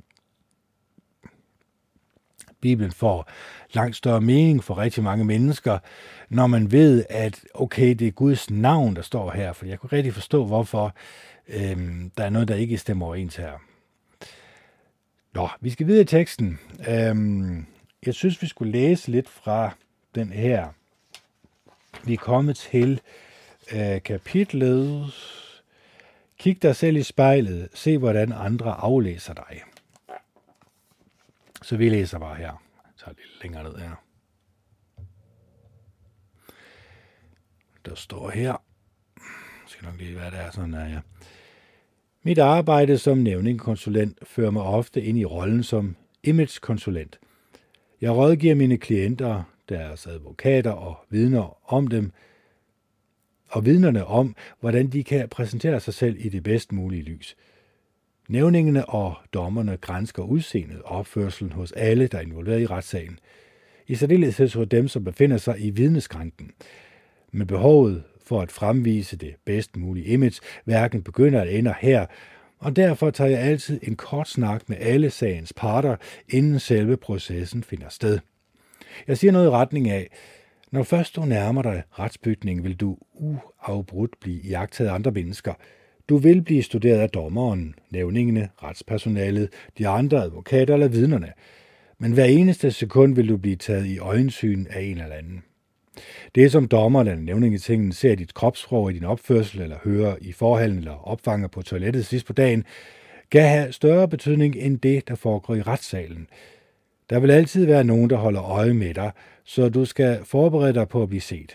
Bibelen får langt større mening for rigtig mange mennesker, når man ved, at okay, det er Guds navn, der står her, for jeg kunne rigtig forstå, hvorfor der er noget, der ikke stemmer overens her. Nå, vi skal videre i teksten. Jeg synes, vi skulle læse lidt fra den her. Vi er kommet til kapitlet. Kig dig selv i spejlet. Se, hvordan andre aflæser dig. Så vi læser bare her. Så lidt længere ned her. Der står her. Jeg skal nok lige, hvad det er. Sådan er jeg. Mit arbejde som nævningekonsulent fører mig ofte ind i rollen som imagekonsulent. Jeg rådgiver mine klienter, deres advokater og vidner om dem, og vidnerne om, hvordan de kan præsentere sig selv i det bedst mulige lys. Nævningene og dommerne gransker udseendet og opførselen hos alle, der er involveret i retssagen. I særdeleshed hos dem, som befinder sig i vidneskranken. Men behovet for at fremvise det bedst mulige image hverken begynder at ende her, og derfor tager jeg altid en kort snak med alle sagens parter, inden selve processen finder sted. Jeg siger noget i retning af, når først du nærmer dig retsbygningen, vil du uafbrudt blive iagttaget af andre mennesker. Du vil blive studeret af dommeren, nævningene, retspersonalet, de andre advokater eller vidnerne. Men hver eneste sekund vil du blive taget i øjensyn af en eller anden. Det som dommeren eller nævningetingen ser i dit kropssprog, i din opførsel, eller hører i forhallen eller opfanger på toilettet sidst på dagen, kan have større betydning end det, der foregår i retssalen. Der vil altid være nogen, der holder øje med dig, så du skal forberede dig på at blive set.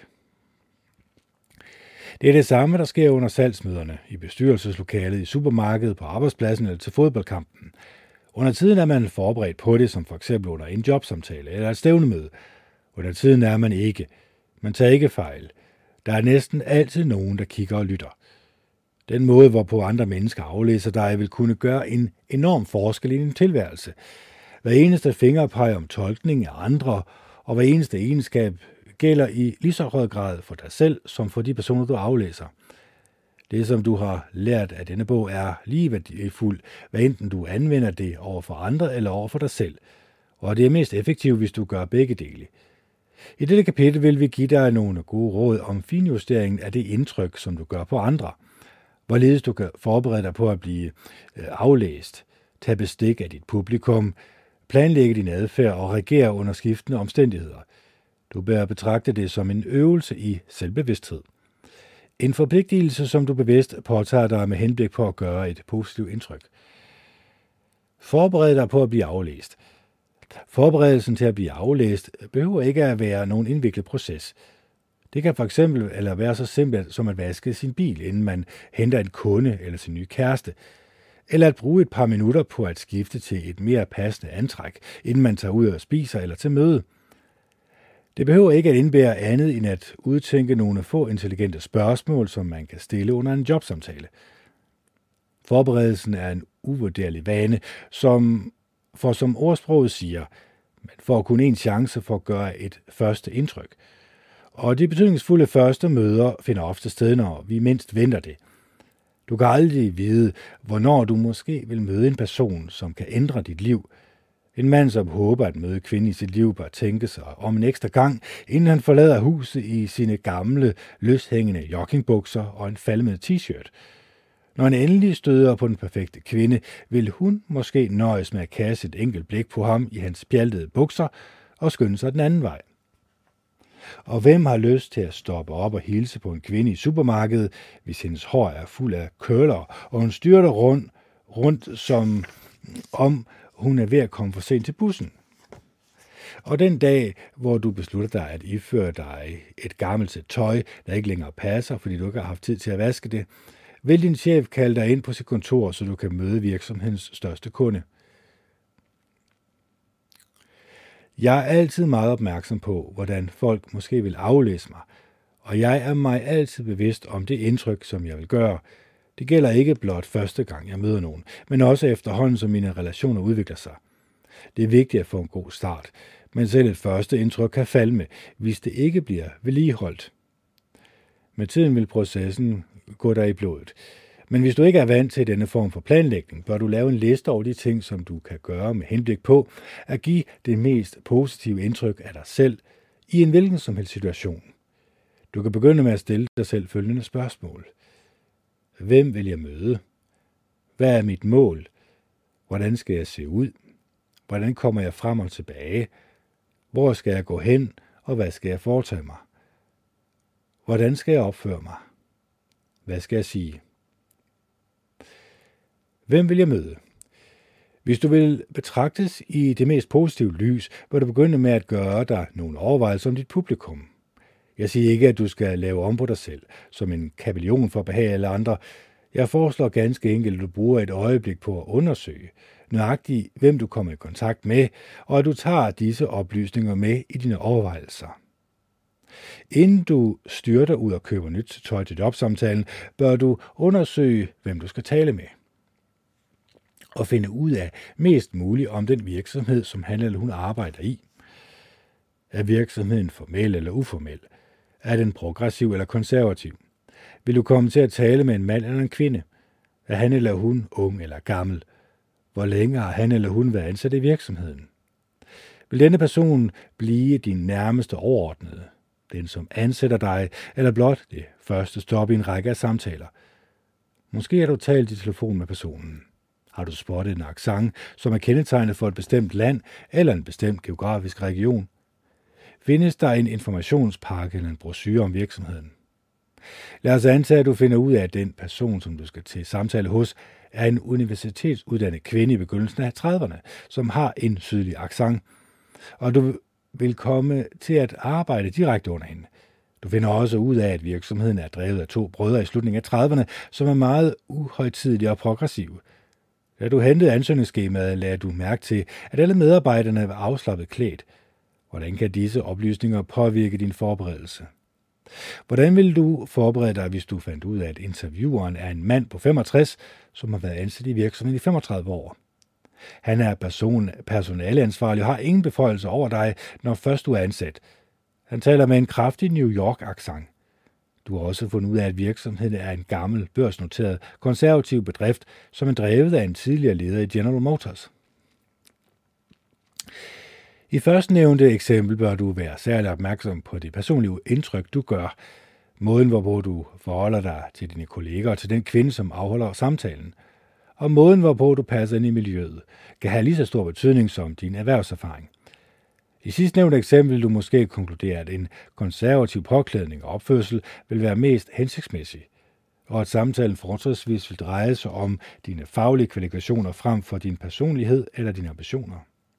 Det er det samme, der sker under salgsmøderne, i bestyrelseslokalet, i supermarkedet, på arbejdspladsen eller til fodboldkampen. Under tiden er man forberedt på det, som for eksempel under en jobsamtale eller et stævnemøde. Under tiden er man ikke. Man tager ikke fejl. Der er næsten altid nogen, der kigger og lytter. Den måde, hvorpå andre mennesker aflæser dig, vil kunne gøre en enorm forskel i din tilværelse. Hver eneste fingerpeg om tolkning af andre, og hver eneste egenskab gælder i lige så høj grad for dig selv, som for de personer, du aflæser. Det, som du har lært af denne bog, er lige værdifuldt, hvad enten du anvender det over for andre eller over for dig selv. Og det er mest effektivt, hvis du gør begge dele. I dette kapitel vil vi give dig nogle gode råd om finjusteringen af det indtryk, som du gør på andre. Hvorledes du kan forberede dig på at blive aflæst, tage bestik af dit publikum, planlægge din adfærd og reagere under skiftende omstændigheder. Du bør betragte det som en øvelse i selvbevidsthed. En forpligtelse, som du bevidst påtager dig med henblik på at gøre et positivt indtryk. Forbered dig på at blive aflæst. Forberedelsen til at blive aflæst behøver ikke at være nogen indviklet proces. Det kan for eksempel være så simpelt som at vaske sin bil, inden man henter en kunde eller sin nye kæreste, eller at bruge et par minutter på at skifte til et mere passende antræk, inden man tager ud og spiser eller til møde. Det behøver ikke at indebære andet end at udtænke nogle få intelligente spørgsmål, som man kan stille under en jobsamtale. Forberedelsen er en uvurderlig vane, som ordsproget siger, man får kun en chance for at gøre et første indtryk. Og de betydningsfulde første møder finder ofte sted, når vi mindst venter det. Du kan aldrig vide, hvornår du måske vil møde en person, som kan ændre dit liv. En mand, som håber at møde kvinde i sit liv, bør tænke sig om en ekstra gang, inden han forlader huset i sine gamle, løshængende joggingbukser og en falmende t-shirt. Når han endelig støder på den perfekte kvinde, vil hun måske nøjes med at kaste et enkelt blik på ham i hans pjaltede bukser og skynde sig den anden vej. Og hvem har lyst til at stoppe op og hilse på en kvinde i supermarkedet, hvis hendes hår er fuld af køller, og hun styrter rundt som om hun er ved at komme for sent til bussen? Og den dag, hvor du beslutter dig at iføre dig et gammelt sæt tøj, der ikke længere passer, fordi du ikke har haft tid til at vaske det, vil din chef kalde dig ind på sit kontor, så du kan møde virksomhedens største kunde. Jeg er altid meget opmærksom på, hvordan folk måske vil aflæse mig, og jeg er mig altid bevidst om det indtryk, som jeg vil gøre. Det gælder ikke blot første gang, jeg møder nogen, men også efterhånden, som mine relationer udvikler sig. Det er vigtigt at få en god start, men selv et første indtryk kan falme, hvis det ikke bliver vedligeholdt. Med tiden vil processen gå dig i blodet. Men hvis du ikke er vant til denne form for planlægning, bør du lave en liste over de ting, som du kan gøre med henblik på at give det mest positive indtryk af dig selv i en hvilken som helst situation. Du kan begynde med at stille dig selv følgende spørgsmål. Hvem vil jeg møde? Hvad er mit mål? Hvordan skal jeg se ud? Hvordan kommer jeg frem og tilbage? Hvor skal jeg gå hen, og hvad skal jeg foretage mig? Hvordan skal jeg opføre mig? Hvad skal jeg sige? Hvem vil jeg møde? Hvis du vil betragtes i det mest positive lys, bør du begynde med at gøre dig nogle overvejelser om dit publikum. Jeg siger ikke, at du skal lave om på dig selv, som en kapellion for at behage alle andre. Jeg foreslår ganske enkelt, at du bruger et øjeblik på at undersøge nøjagtigt, hvem du kommer i kontakt med, og at du tager disse oplysninger med i dine overvejelser. Inden du styrter ud og køber nyt tøj til jobsamtalen, bør du undersøge, hvem du skal tale med, og finde ud af mest muligt om den virksomhed, som han eller hun arbejder i. Er virksomheden formel eller uformel? Er den progressiv eller konservativ? Vil du komme til at tale med en mand eller en kvinde? Er han eller hun ung eller gammel? Hvor længe har han eller hun været ansat i virksomheden? Vil denne person blive din nærmeste overordnede, den som ansætter dig, eller blot det første stop i en række af samtaler? Måske har du talt i telefon med personen. Har du spottet en accent, som er kendetegnet for et bestemt land eller en bestemt geografisk region? Findes der en informationspakke eller en brochure om virksomheden? Lad os antage, at du finder ud af, at den person, som du skal til samtale hos, er en universitetsuddannet kvinde i begyndelsen af 30'erne, som har en sydlig accent, og du vil komme til at arbejde direkte under hende. Du finder også ud af, at virksomheden er drevet af 2 brødre i slutningen af 30'erne, som er meget uhøjtidelige og progressive. Da du hentede ansøgningsskemaet, lagde du mærke til, at alle medarbejderne var afslappet klædt. Hvordan kan disse oplysninger påvirke din forberedelse? Hvordan vil du forberede dig, hvis du fandt ud af, at intervieweren er en mand på 65, som har været ansat i virksomheden i 35 år? Han er personaleansvarlig og har ingen beføjelser over dig, når først du er ansat. Han taler med en kraftig New York-accent. Du har også fundet ud af, at virksomheden er en gammel, børsnoteret, konservativ bedrift, som er drevet af en tidligere leder i General Motors. I førstnævnte eksempel bør du være særlig opmærksom på det personlige indtryk, du gør, måden hvorpå du forholder dig til dine kolleger og til den kvinde, som afholder samtalen, og måden hvorpå du passer ind i miljøet, kan have lige så stor betydning som din erhvervserfaring. I sidstnævnte eksempel du måske konkludere, at en konservativ påklædning og opførsel vil være mest hensigtsmæssig, og at samtalen fortrinsvis vil dreje sig om dine faglige kvalifikationer frem for din personlighed eller dine ambitioner.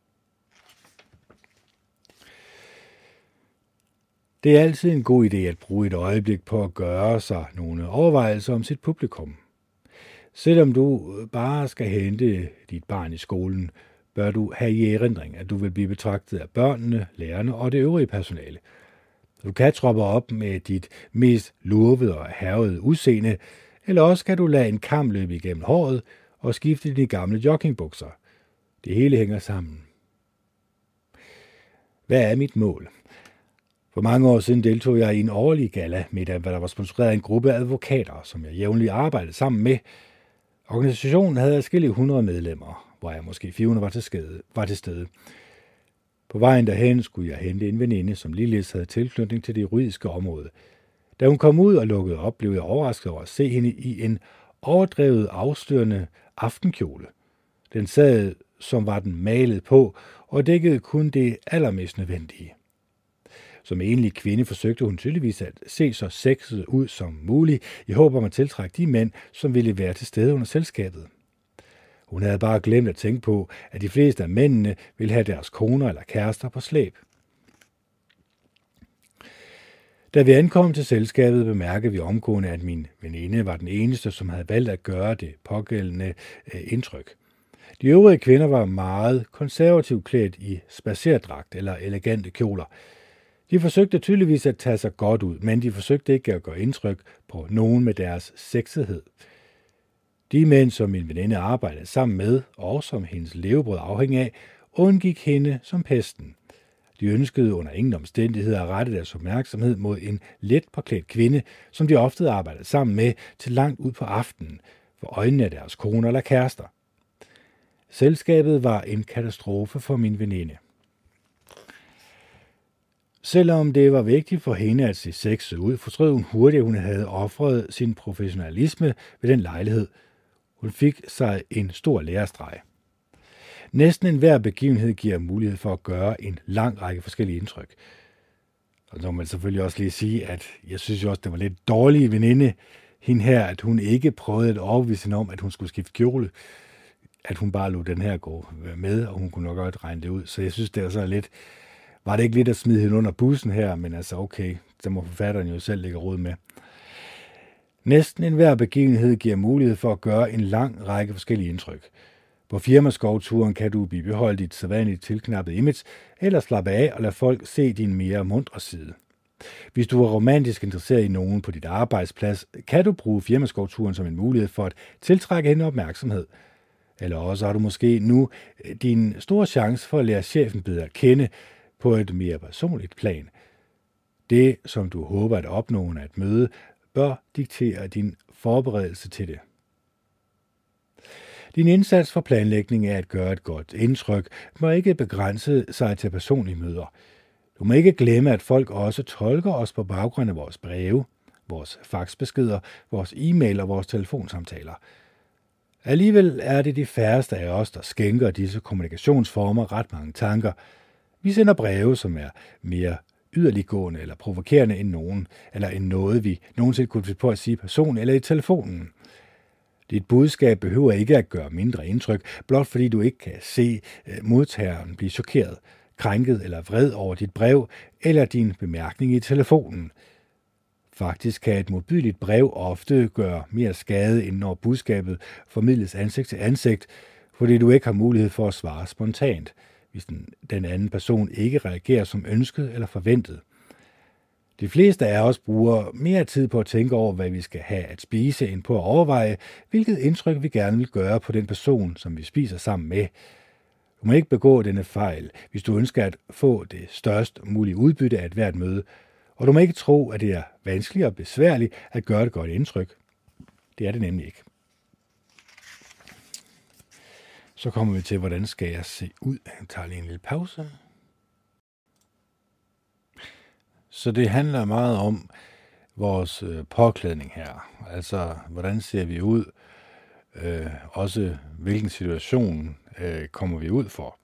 Det er altid en god idé at bruge et øjeblik på at gøre sig nogle overvejelser om sit publikum. Selvom du bare skal hente dit barn i skolen, bør du have i erindring, at du vil blive betragtet af børnene, lærerne og det øvrige personale. Du kan troppe op med dit mest lurvede og hærvede udseende, eller også kan du lade en kam løbe igennem håret og skifte dine gamle joggingbukser. Det hele hænger sammen. Hvad er mit mål? For mange år siden deltog jeg i en årlig gala middag, hvor der var sponsoreret af en gruppe advokater, som jeg jævnligt arbejdede sammen med. Organisationen havde adskillige 100 medlemmer, hvor jeg måske 400 var til stede. På vejen derhen skulle jeg hente en veninde, som ligeledes havde tilknytning til det juridiske område. Da hun kom ud og lukkede op, blev jeg overrasket over at se hende i en overdrevet afslørende aftenkjole. Den sad, som var den malet på, og dækkede kun det allermest nødvendige. Som enlig kvinde forsøgte hun tydeligvis at se så sexet ud som muligt, i håb om at tiltrække de mænd, som ville være til stede under selskabet. Hun havde bare glemt at tænke på, at de fleste af mændene ville have deres koner eller kærester på slæb. Da vi ankom til selskabet, bemærkede vi omgående, at min veninde var den eneste, som havde valgt at gøre det pågældende indtryk. De øvrige kvinder var meget konservativt klædt i spadserdragt eller elegante kjoler. De forsøgte tydeligvis at tage sig godt ud, men de forsøgte ikke at gøre indtryk på nogen med deres sexethed. De mænd, som min veninde arbejdede sammen med, og som hendes levebrød afhængig af, undgik hende som pesten. De ønskede under ingen omstændigheder at rette deres opmærksomhed mod en let påklædt kvinde, som de ofte arbejdede sammen med til langt ud på aftenen, for øjnene af deres koner eller kærester. Selskabet var en katastrofe for min veninde. Selvom det var vigtigt for hende at se sexet ud, fortrød hun hurtigt, at hun havde ofret sin professionalisme ved den lejlighed. Hun fik sig en stor lærestreg. Næsten enhver begivenhed giver mulighed for at gøre en lang række forskellige indtryk. Og så må man selvfølgelig også lige sige, at jeg synes jo også, det var lidt dårlig veninde, hende her, at hun ikke prøvede at overbevise hende om, at hun skulle skifte kjole. At hun bare lod den her gå med, og hun kunne nok godt regne det ud. Så jeg synes, det er så lidt... Var det ikke lidt at smide hende under bussen her, men altså okay, så må forfatteren jo selv lægge råd med. Næsten enhver begivenhed giver mulighed for at gøre en lang række forskellige indtryk. På firmaskovturen kan du bibeholde dit sædvanligt tilknappede image, eller slappe af og lade folk se din mere muntre side. Hvis du er romantisk interesseret i nogen på dit arbejdsplads, kan du bruge firmaskovturen som en mulighed for at tiltrække hende opmærksomhed. Eller også har du måske nu din store chance for at lære chefen bedre at kende på et mere personligt plan. Det, som du håber at opnå under et møde, bør diktere din forberedelse til det. Din indsats for planlægning af at gøre et godt indtryk må ikke begrænse sig til personlige møder. Du må ikke glemme, at folk også tolker os på baggrund af vores breve, vores faxbeskeder, vores e-mail og vores telefonsamtaler. Alligevel er det de færreste af os, der skænker disse kommunikationsformer ret mange tanker. Vi sender breve, som er mere yderliggående eller provokerende end nogen, eller end noget, vi nogensinde kunne finde på at sige personen eller i telefonen. Dit budskab behøver ikke at gøre mindre indtryk, blot fordi du ikke kan se modtageren blive chokeret, krænket eller vred over dit brev eller din bemærkning i telefonen. Faktisk kan et modbydeligt brev ofte gøre mere skade, end når budskabet formidles ansigt til ansigt, fordi du ikke har mulighed for at svare spontant, hvis den anden person ikke reagerer som ønsket eller forventet. De fleste af os bruger mere tid på at tænke over, hvad vi skal have at spise, end på at overveje, hvilket indtryk vi gerne vil gøre på den person, som vi spiser sammen med. Du må ikke begå denne fejl, hvis du ønsker at få det størst mulige udbytte af et hvert møde, og du må ikke tro, at det er vanskeligt og besværligt at gøre et godt indtryk. Det er det nemlig ikke. Så kommer vi til, hvordan skal jeg se ud. Jeg tager lige en lille pause. Så det handler meget om vores påklædning her. Altså, hvordan ser vi ud? Også hvilken situation kommer vi ud for?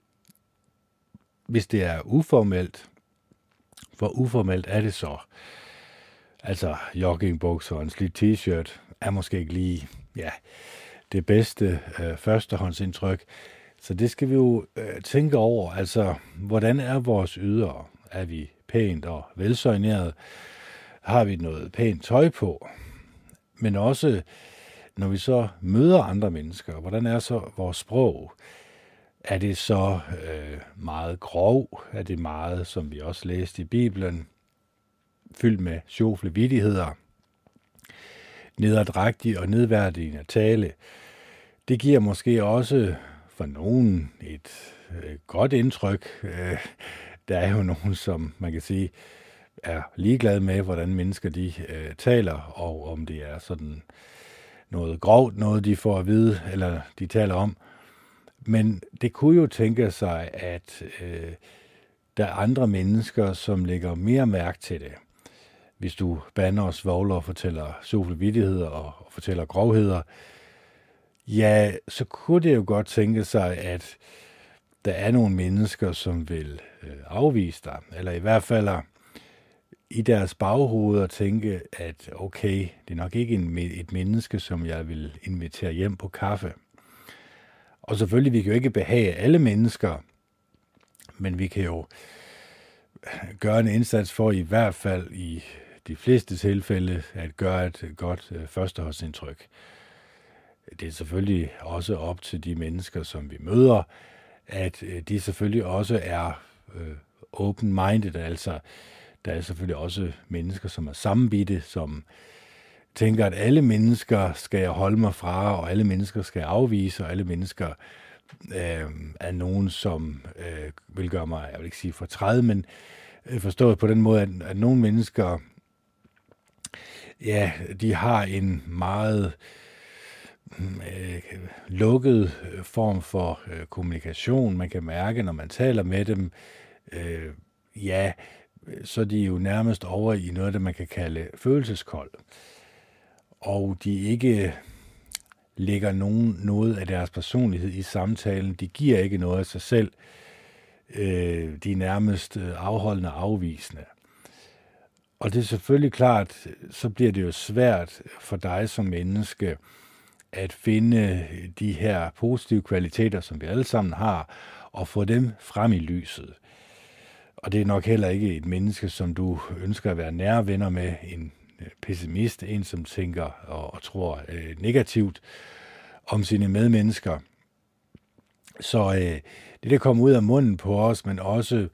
Hvis det er uformelt, hvor uformelt er det så? Altså, joggingbukser og en slidt t-shirt er måske ikke lige det bedste førstehåndsindtryk. Så det skal vi jo tænke over. Altså, hvordan er vores ydre? Er vi pænt og velsøjneret? Har vi noget pænt tøj på? Men også, når vi så møder andre mennesker, hvordan er så vores sprog? Er det så meget grov? Er det meget, som vi også læste i Bibelen, fyldt med sjofle vittigheder, nederdrægtig og nedværdigende tale? Det giver måske også for nogen et godt indtryk. Der er jo nogen, som man kan sige, er ligeglade med, hvordan mennesker de taler, og om det er sådan noget grovt, noget de får at vide, eller de taler om. Men det kunne jo tænke sig, at der er andre mennesker, som lægger mere mærke til det. Hvis du bander og svovler og fortæller sjofle vittigheder og fortæller grovheder, ja, så kunne det jo godt tænke sig, at der er nogle mennesker, som vil afvise dig, eller i hvert fald i deres baghoveder tænke, at okay, det er nok ikke et menneske, som jeg vil invitere hjem på kaffe. Og selvfølgelig, vi kan jo ikke behage alle mennesker, men vi kan jo gøre en indsats for i hvert fald i de fleste tilfælde at gøre et godt førstehåndsindtryk. Det er selvfølgelig også op til de mennesker, som vi møder, at de selvfølgelig også er open-minded, altså der er selvfølgelig også mennesker, som er sammenbidte, som tænker, at alle mennesker skal jeg holde mig fra, og alle mennesker skal jeg afvise, og alle mennesker er nogen, som vil gøre mig, jeg vil ikke sige fortræd, men forstået på den måde, at nogle mennesker, ja, de har en meget lukket form for kommunikation. Man kan mærke, når man taler med dem, så er de jo nærmest over i noget, der man kan kalde følelseskold. Og de ikke lægger noget af deres personlighed i samtalen. De giver ikke noget af sig selv. De er nærmest afholdende og afvisende. Og det er selvfølgelig klart, så bliver det jo svært for dig som menneske at finde de her positive kvaliteter, som vi alle sammen har, og få dem frem i lyset. Og det er nok heller ikke et menneske, som du ønsker at være nære venner med, en pessimist, en som tænker og tror negativt om sine medmennesker. Så det, der kommer ud af munden på os, men også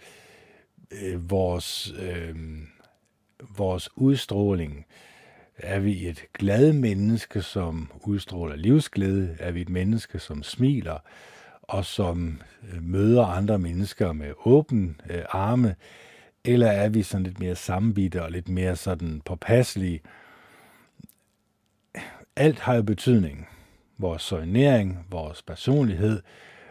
vores udstråling. Er vi et glad menneske, som udstråler livsglæde? Er vi et menneske, som smiler og som møder andre mennesker med åben arme? Eller er vi sådan lidt mere sammenbidte og lidt mere sådan påpasselige? Alt har jo betydning. Vores soignering, vores personlighed,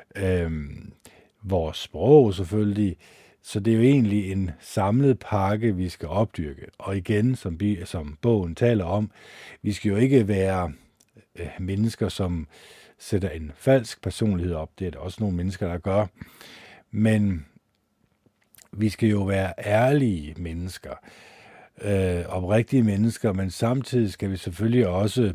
vores sprog selvfølgelig. Så det er jo egentlig en samlet pakke, vi skal opdyrke. Og igen, som bogen taler om, vi skal jo ikke være mennesker, som sætter en falsk personlighed op. Det er der også nogle mennesker, der gør. Men vi skal jo være ærlige mennesker, oprigtige mennesker, men samtidig skal vi selvfølgelig også,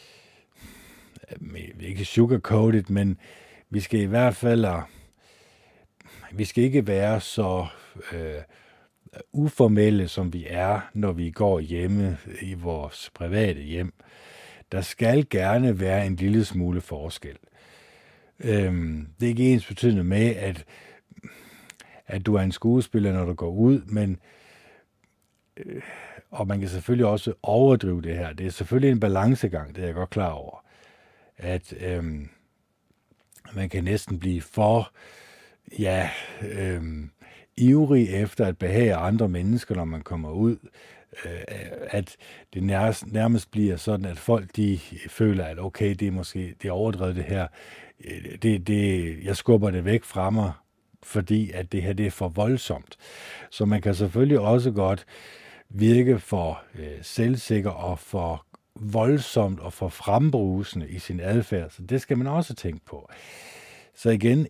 ikke sugarcoated, men vi skal i hvert fald, vi skal ikke være så uformelle, som vi er, når vi går hjemme i vores private hjem. Der skal gerne være en lille smule forskel. Det er ikke ensbetydende med, at du er en skuespiller, når du går ud, men og man kan selvfølgelig også overdrive det her. Det er selvfølgelig en balancegang, det er jeg godt klar over. At man kan næsten blive for ivrig efter at behage andre mennesker, når man kommer ud. At det nærmest bliver sådan, at folk de føler, at okay, det er overdrevet det her. Jeg skubber det væk fra mig. fordi at det her det er for voldsomt. Så man kan selvfølgelig også godt virke for selvsikker og for voldsomt og for frembrusende i sin adfærd. Så det skal man også tænke på. Så igen,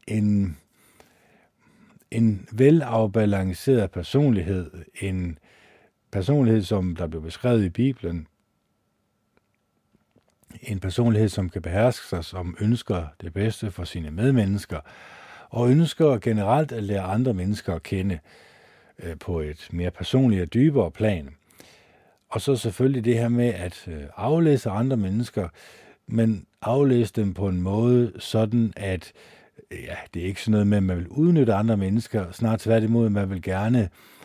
en velafbalanceret personlighed, en personlighed, som der blev beskrevet i Bibelen, en personlighed, som kan beherske sig, som ønsker det bedste for sine medmennesker, og ønsker generelt at lære andre mennesker at kende på et mere personligt og dybere plan. Og så selvfølgelig det her med at aflæse andre mennesker, men aflæse dem på en måde sådan, at det er ikke sådan noget med, at man vil udnytte andre mennesker, snart tværtimod, man vil gerne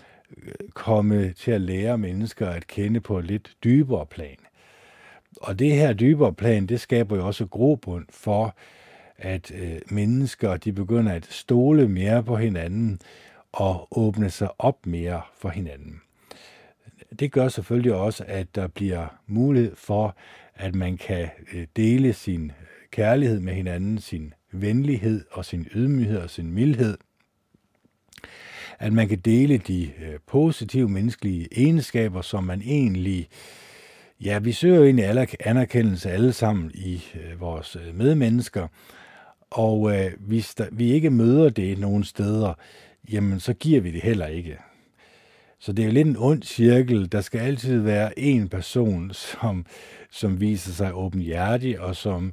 komme til at lære mennesker at kende på et lidt dybere plan. Og det her dybere plan, det skaber jo også grobund for, at mennesker de begynder at stole mere på hinanden og åbne sig op mere for hinanden. Det gør selvfølgelig også, at der bliver mulighed for, at man kan dele sin kærlighed med hinanden, sin venlighed og sin ydmyghed og sin mildhed. At man kan dele de positive menneskelige egenskaber, som man egentlig... Ja, vi søger jo egentlig anerkendelse alle sammen i vores medmennesker, og hvis vi ikke møder det nogen steder, jamen så giver vi det heller ikke. Så det er jo lidt en ond cirkel. Der skal altid være en person, som viser sig åbenhjertig, og som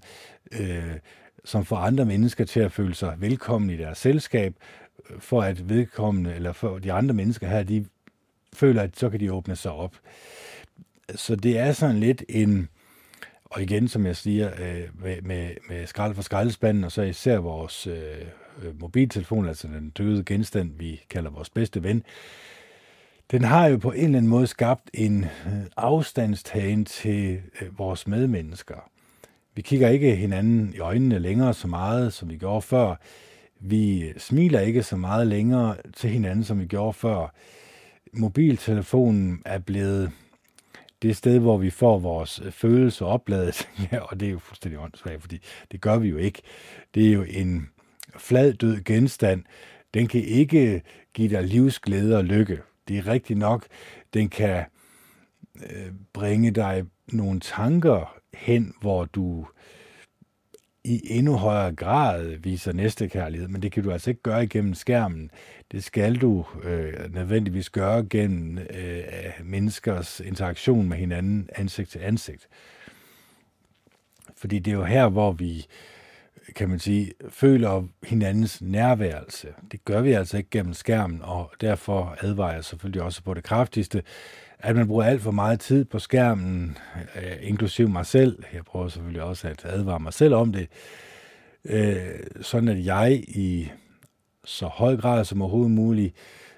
får andre mennesker til at føle sig velkommen i deres selskab, for at vedkommende, eller for de andre mennesker her, de føler, at så kan de åbne sig op. Så det er sådan lidt og igen, som jeg siger, med skrald for skraldespanden, og så især vores mobiltelefon, altså den døde genstand, vi kalder vores bedste ven, den har jo på en eller anden måde skabt en afstandstagen til vores medmennesker. Vi kigger ikke hinanden i øjnene længere så meget, som vi gjorde før. Vi smiler ikke så meget længere til hinanden, som vi gjorde før. Mobiltelefonen er blevet det sted, hvor vi får vores følelser opladet, ja, og det er jo fuldstændig åndssvagt, fordi det gør vi jo ikke. Det er jo en flad død genstand. Den kan ikke give dig livsglæde og lykke. Det er rigtigt nok, den kan bringe dig nogle tanker hen, hvor du i endnu højere grad viser næstekærlighed, men det kan du altså ikke gøre igennem skærmen. Det skal du nødvendigvis gøre gennem menneskers interaktion med hinanden ansigt til ansigt. Fordi det er jo her, hvor vi, kan man sige, føler hinandens nærværelse. Det gør vi altså ikke gennem skærmen, og derfor advarer jeg selvfølgelig også på det kraftigste, at man bruger alt for meget tid på skærmen, inklusiv mig selv. Jeg prøver selvfølgelig også at advare mig selv om det, sådan at jeg i så høj grad som overhovedet muligt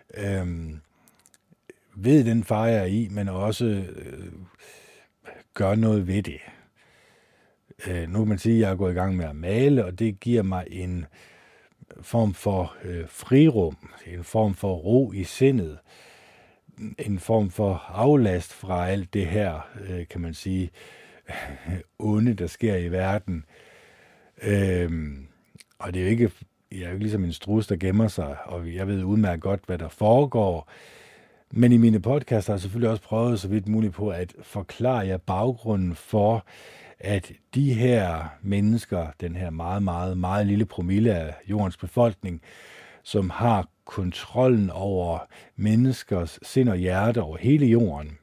ved den fare, jeg er i, men også gør noget ved det. Nu kan man sige, at jeg er gået i gang med at male, og det giver mig en form for frirum, en form for ro i sindet, en form for aflast fra alt det her, kan man sige, onde, der sker i verden. Og det er jo ikke, jeg er jo ikke ligesom en strus, der gemmer sig, og jeg ved udmærket godt, hvad der foregår. Men i mine podcasts har jeg selvfølgelig også prøvet så vidt muligt på at forklare jer baggrunden for, at de her mennesker, den her meget, meget, meget lille promille af jordens befolkning, som har kontrollen over menneskers sind og hjerte over hele jorden,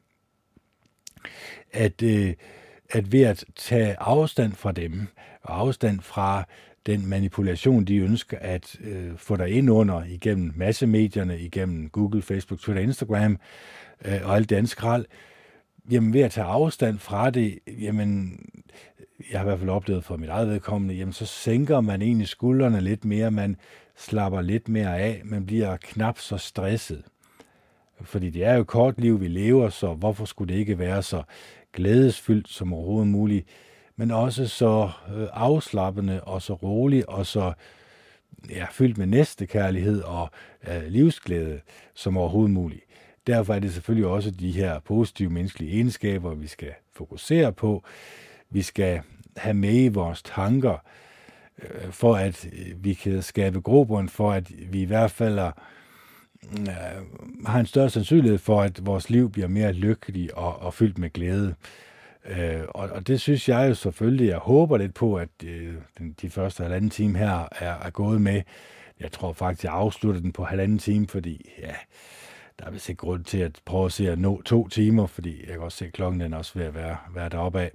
at ved at tage afstand fra dem, og afstand fra den manipulation, de ønsker at få dig ind under igennem massemedierne, igennem Google, Facebook, Twitter, Instagram og alt det andet skrald, jamen ved at tage afstand fra det, jamen jeg har i hvert fald oplevet for mit eget vedkommende, jamen så sænker man egentlig skuldrene lidt mere, man slapper lidt mere af, man bliver knap så stresset. Fordi det er jo kort liv, vi lever, så hvorfor skulle det ikke være så glædesfyldt som overhovedet muligt, men også så afslappende og så roligt og så fyldt med næstekærlighed og livsglæde som overhovedet muligt. Derfor er det selvfølgelig også de her positive menneskelige egenskaber, vi skal fokusere på. Vi skal have med i vores tanker, for at vi kan skabe grobund for, at vi i hvert fald har en større sandsynlighed for, at vores liv bliver mere lykkeligt og fyldt med glæde. Og det synes jeg jo selvfølgelig, jeg håber lidt på, at de første 1,5 time her er gået med. Jeg tror faktisk, jeg afslutter den på 1,5 time, fordi der er vist ikke grund til at prøve at se at nå 2 timer, fordi jeg kan også se, at klokken den også ved at være deroppe af.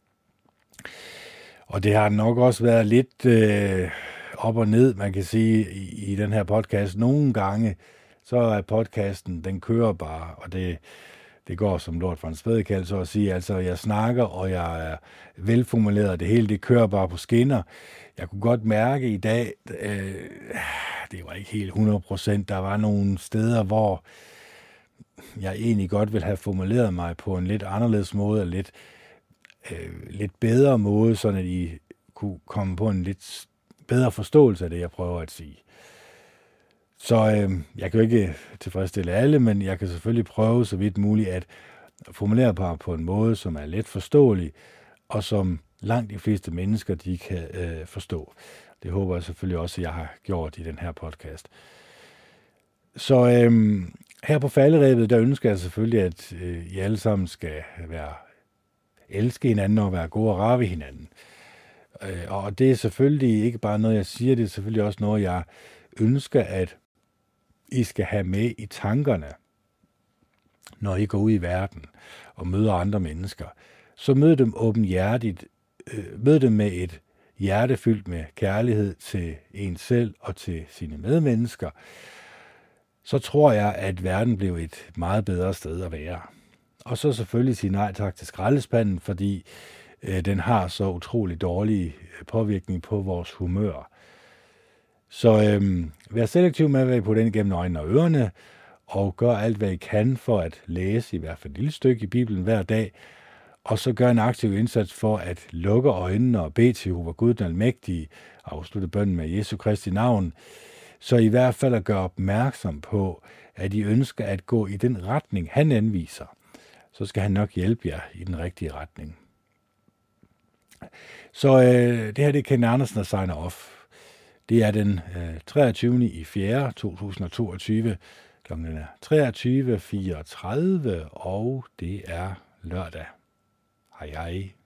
Og det har nok også været lidt op og ned, man kan sige, i den her podcast. Nogle gange, så er podcasten, den kører bare, og det går som lort for en spædekald, så at sige. Altså, jeg snakker, og jeg er velformuleret, det hele, det kører bare på skinner. Jeg kunne godt mærke i dag, det var ikke helt 100%, der var nogle steder, hvor jeg egentlig godt ville have formuleret mig på en lidt anderledes måde, og lidt bedre måde, sådan at I kunne komme på en lidt bedre forståelse af det, jeg prøver at sige. Så jeg kan jo ikke tilfredsstille alle, men jeg kan selvfølgelig prøve så vidt muligt at formulere bare på en måde, som er let forståelig, og som langt de fleste mennesker, de kan forstå. Det håber jeg selvfølgelig også, at jeg har gjort i den her podcast. Så her på falderebet, der ønsker jeg selvfølgelig, at I alle sammen skal elske hinanden og være gode og rare ved hinanden. Og det er selvfølgelig ikke bare noget, jeg siger, det er selvfølgelig også noget, jeg ønsker, at I skal have med i tankerne, når I går ud i verden og møder andre mennesker. Så mød dem åbenhjertigt, mød dem med et hjerte fyldt med kærlighed til en selv og til sine medmennesker. Så tror jeg, at verden blev et meget bedre sted at være. Og så selvfølgelig sige nej tak til skraldespanden, fordi den har så utrolig dårlig påvirkning på vores humør. Så vær selektiv med, hvad I putter ind gennem øjnene og ørerne, og gør alt, hvad I kan for at læse i hvert fald et lille stykke i Bibelen hver dag, og så gør en aktiv indsats for at lukke øjnene og bede til Jehova Gud den Almægtige, og afslutte bønnen med Jesu Kristi navn, så i hvert fald at gøre opmærksom på, at I ønsker at gå i den retning, han anviser. Så skal han nok hjælpe jer i den rigtige retning. Så det her, det er Ken Andersen, der signer off. Det er den 23. i 4. 2022. Klokken er 23.34, og det er lørdag. Hej hej.